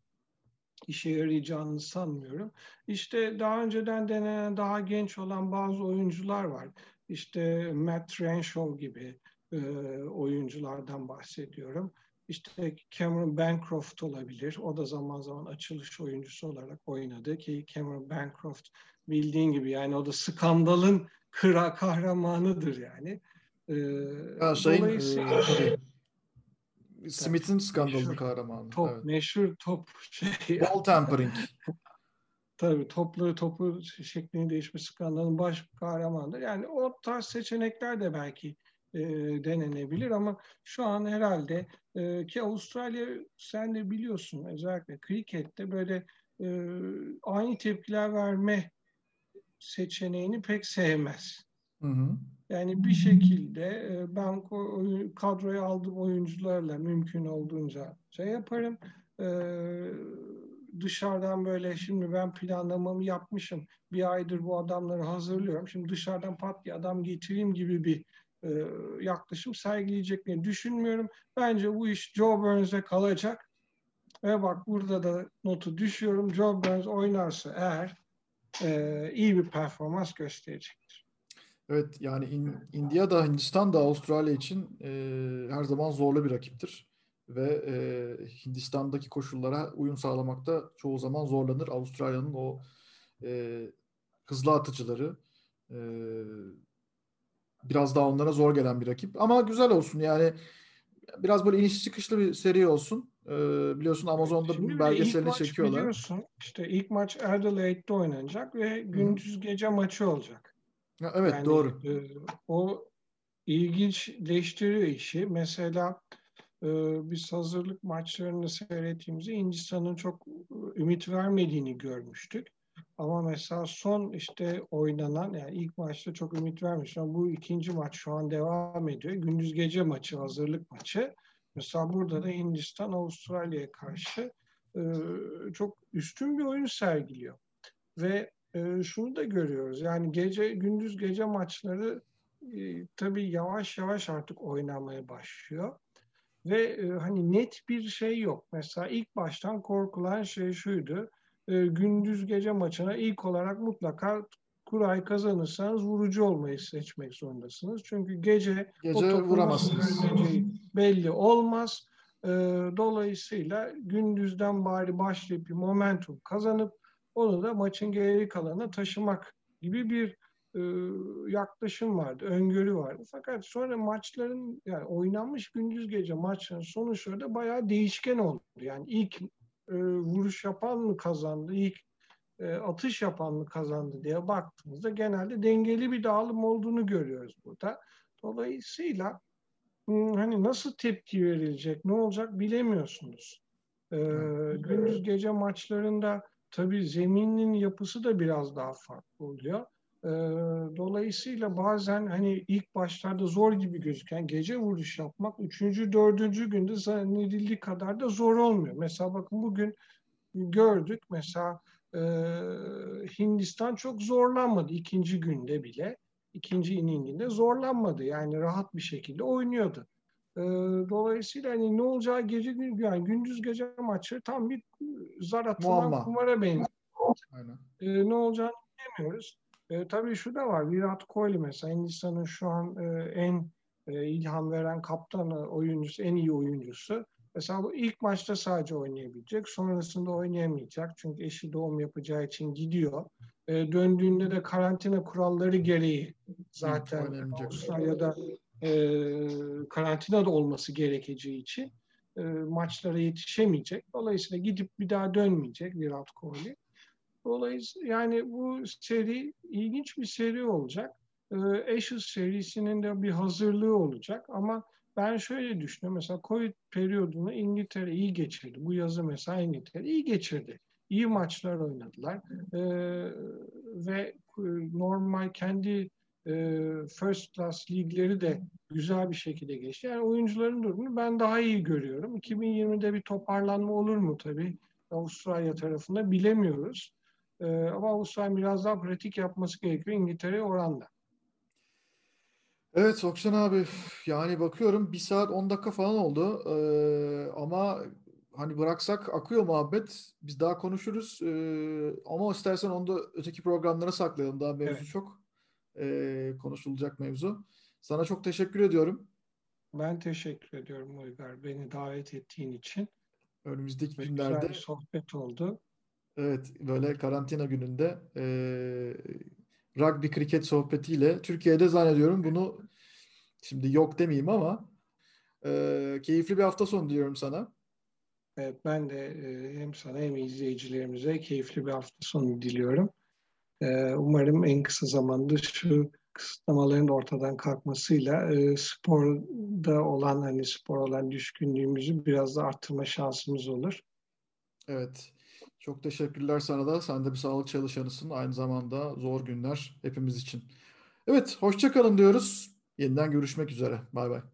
işe yarayacağını sanmıyorum. İşte daha önceden denenen daha genç olan bazı oyuncular var. İşte Matt Renshaw gibi e, oyunculardan bahsediyorum. İşte Cameron Bancroft olabilir. O da zaman zaman açılış oyuncusu olarak oynadı ki Cameron Bancroft bildiğin gibi yani o da skandalın kıra kahramanıdır yani. E, Ha, şeyin dolayısıyla e, tabii tabii Smith'in skandalının meşhur kahramanı. top, Evet. meşhur top şey Ball tampering. tabii topları topu şeklinin değişme skandalının baş kahramanıdır. Yani o tarz seçenekler de belki e, denenebilir ama şu an herhalde e, ki Avustralya sen de biliyorsun özellikle krikette böyle e, ani tepkiler verme seçeneğini pek sevmez. Hı hı. Yani bir şekilde e, ben kadroya aldığım oyuncularla mümkün olduğunca şey yaparım. E, Dışarıdan böyle şimdi ben planlamamı yapmışım. Bir aydır bu adamları hazırlıyorum. Şimdi dışarıdan pat diye adam getireyim gibi bir e, yaklaşım sergileyeceklerini düşünmüyorum. Bence bu iş Joe Burns'e kalacak. Ve bak burada da notu düşüyorum. Joe Burns oynarsa eğer e, iyi bir performans gösterecektir. Evet, yani in, India da Hindistan da Avustralya için e, her zaman zorlu bir rakiptir. Ve e, Hindistan'daki koşullara uyum sağlamakta çoğu zaman zorlanır. Avustralya'nın o e, hızlı atıcıları e, biraz daha onlara zor gelen bir rakip. Ama güzel olsun yani, biraz böyle iniş çıkışlı bir seri olsun. E, biliyorsun Evet, Amazon'da şimdi bunun bir de ilk belgeselini maç çekiyorlar. biliyorsun işte ilk maç Adelaide'de oynanacak ve Hı hı. gündüz gece maçı olacak. Ya, evet, Yani doğru. e, o ilginçleştiriyor işi. Mesela e, biz hazırlık maçlarını seyrettiğimizde Hindistan'ın çok e, ümit vermediğini görmüştük. Ama mesela son işte oynanan yani ilk maçta çok ümit vermiş. Ama bu ikinci maç şu an devam ediyor. Gündüz gece maçı, hazırlık maçı. Mesela burada da Hindistan Avustralya'ya karşı e, çok üstün bir oyun sergiliyor. Ve e, şunu da görüyoruz. Yani gece gündüz gece maçları e, tabii yavaş yavaş artık oynanmaya başlıyor. Ve e, hani net bir şey yok. Mesela ilk baştan korkulan şey şuydu. E, gündüz gece maçına ilk olarak mutlaka kurayı kazanırsanız vurucu olmayı seçmek zorundasınız. Çünkü gece o Gece topun nasıl vuramazsınız. görüneceği belli olmaz. E, dolayısıyla gündüzden bari başlayıp bir momentum kazanıp onu da maçın geri kalanına taşımak gibi bir e, yaklaşım vardı, öngörü vardı. Fakat sonra maçların yani oynanmış gündüz gece maçların sonuçları da bayağı değişken oldu. Yani ilk e, vuruş yapan mı kazandı, ilk e, atış yapan mı kazandı diye baktığımızda genelde dengeli bir dağılım olduğunu görüyoruz burada. Dolayısıyla hani nasıl tepki verilecek, ne olacak bilemiyorsunuz. E, Evet. gündüz gece maçlarında tabii zeminin yapısı da biraz daha farklı oluyor. Ee, dolayısıyla bazen hani ilk başlarda zor gibi gözüken gece vuruş yapmak üçüncü, dördüncü günde zannedildiği kadar da zor olmuyor. Mesela bakın bugün gördük mesela e, Hindistan çok zorlanmadı ikinci günde bile. İkinci inninginde zorlanmadı. Yani rahat bir şekilde oynuyordu. E, dolayısıyla hani ne olacağı gece yani gündüz gece maçı tam bir zar atılan Muamma. kumara benziyor. Aynen. E, ne olacağını bilemiyoruz. E, tabii şu da var. Virat Kohli mesela Hindistan'ın şu an e, en e, ilham veren kaptanı, oyuncusu, en iyi oyuncusu. Mesela bu ilk maçta sadece oynayabilecek. Sonrasında oynayamayacak. Çünkü eşi doğum yapacağı için gidiyor. E, döndüğünde de karantina kuralları gereği Hı, zaten oynayamayacak. Avustralya'da e, karantinada olması gerekeceği için e, maçlara yetişemeyecek. Dolayısıyla gidip bir daha dönmeyecek Virat Kohli. Dolayısıyla yani bu seri ilginç bir seri olacak. Ee, Ashes serisinin de bir hazırlığı olacak ama ben şöyle düşünüyorum. Mesela Covid periyodunu İngiltere iyi geçirdi. Bu yazı mesela İngiltere iyi geçirdi. İyi maçlar oynadılar. Ee, ve e, normal kendi e, first class ligleri de güzel bir şekilde geçti. Yani oyuncuların durumunu ben daha iyi görüyorum. iki bin yirmide bir toparlanma olur mu tabii? Avustralya tarafında bilemiyoruz. Ee, ama Avustralya biraz daha pratik yapması gerekiyor İngiltere'ye oranla. Evet Okşan abi, yani bakıyorum bir saat on dakika falan oldu. Ee, ama hani bıraksak akıyor muhabbet, biz daha konuşuruz. Ee, ama istersen onu da öteki programlara saklayalım, daha mevzu Evet. çok ee, konuşulacak mevzu. Sana çok teşekkür ediyorum. Ben teşekkür ediyorum Uygar beni davet ettiğin için Önümüzdeki ve güzel günlerde, bir sohbet oldu. evet, böyle karantina gününde ee, rugby kriket sohbetiyle Türkiye'de zannediyorum bunu, şimdi yok demeyeyim ama ee, keyifli bir hafta sonu diliyorum sana. Evet, ben de e, hem sana hem izleyicilerimize keyifli bir hafta sonu diliyorum. E, umarım en kısa zamanda şu kısıtlamaların da ortadan kalkmasıyla e, sporda olan hani spor olan düşkünlüğümüzü biraz da arttırma şansımız olur. Evet. Çok teşekkürler sana da. Sen de bir sağlık çalışanısın. Aynı zamanda zor günler hepimiz için. Evet, hoşça kalın diyoruz. Yeniden görüşmek üzere. Bay bay.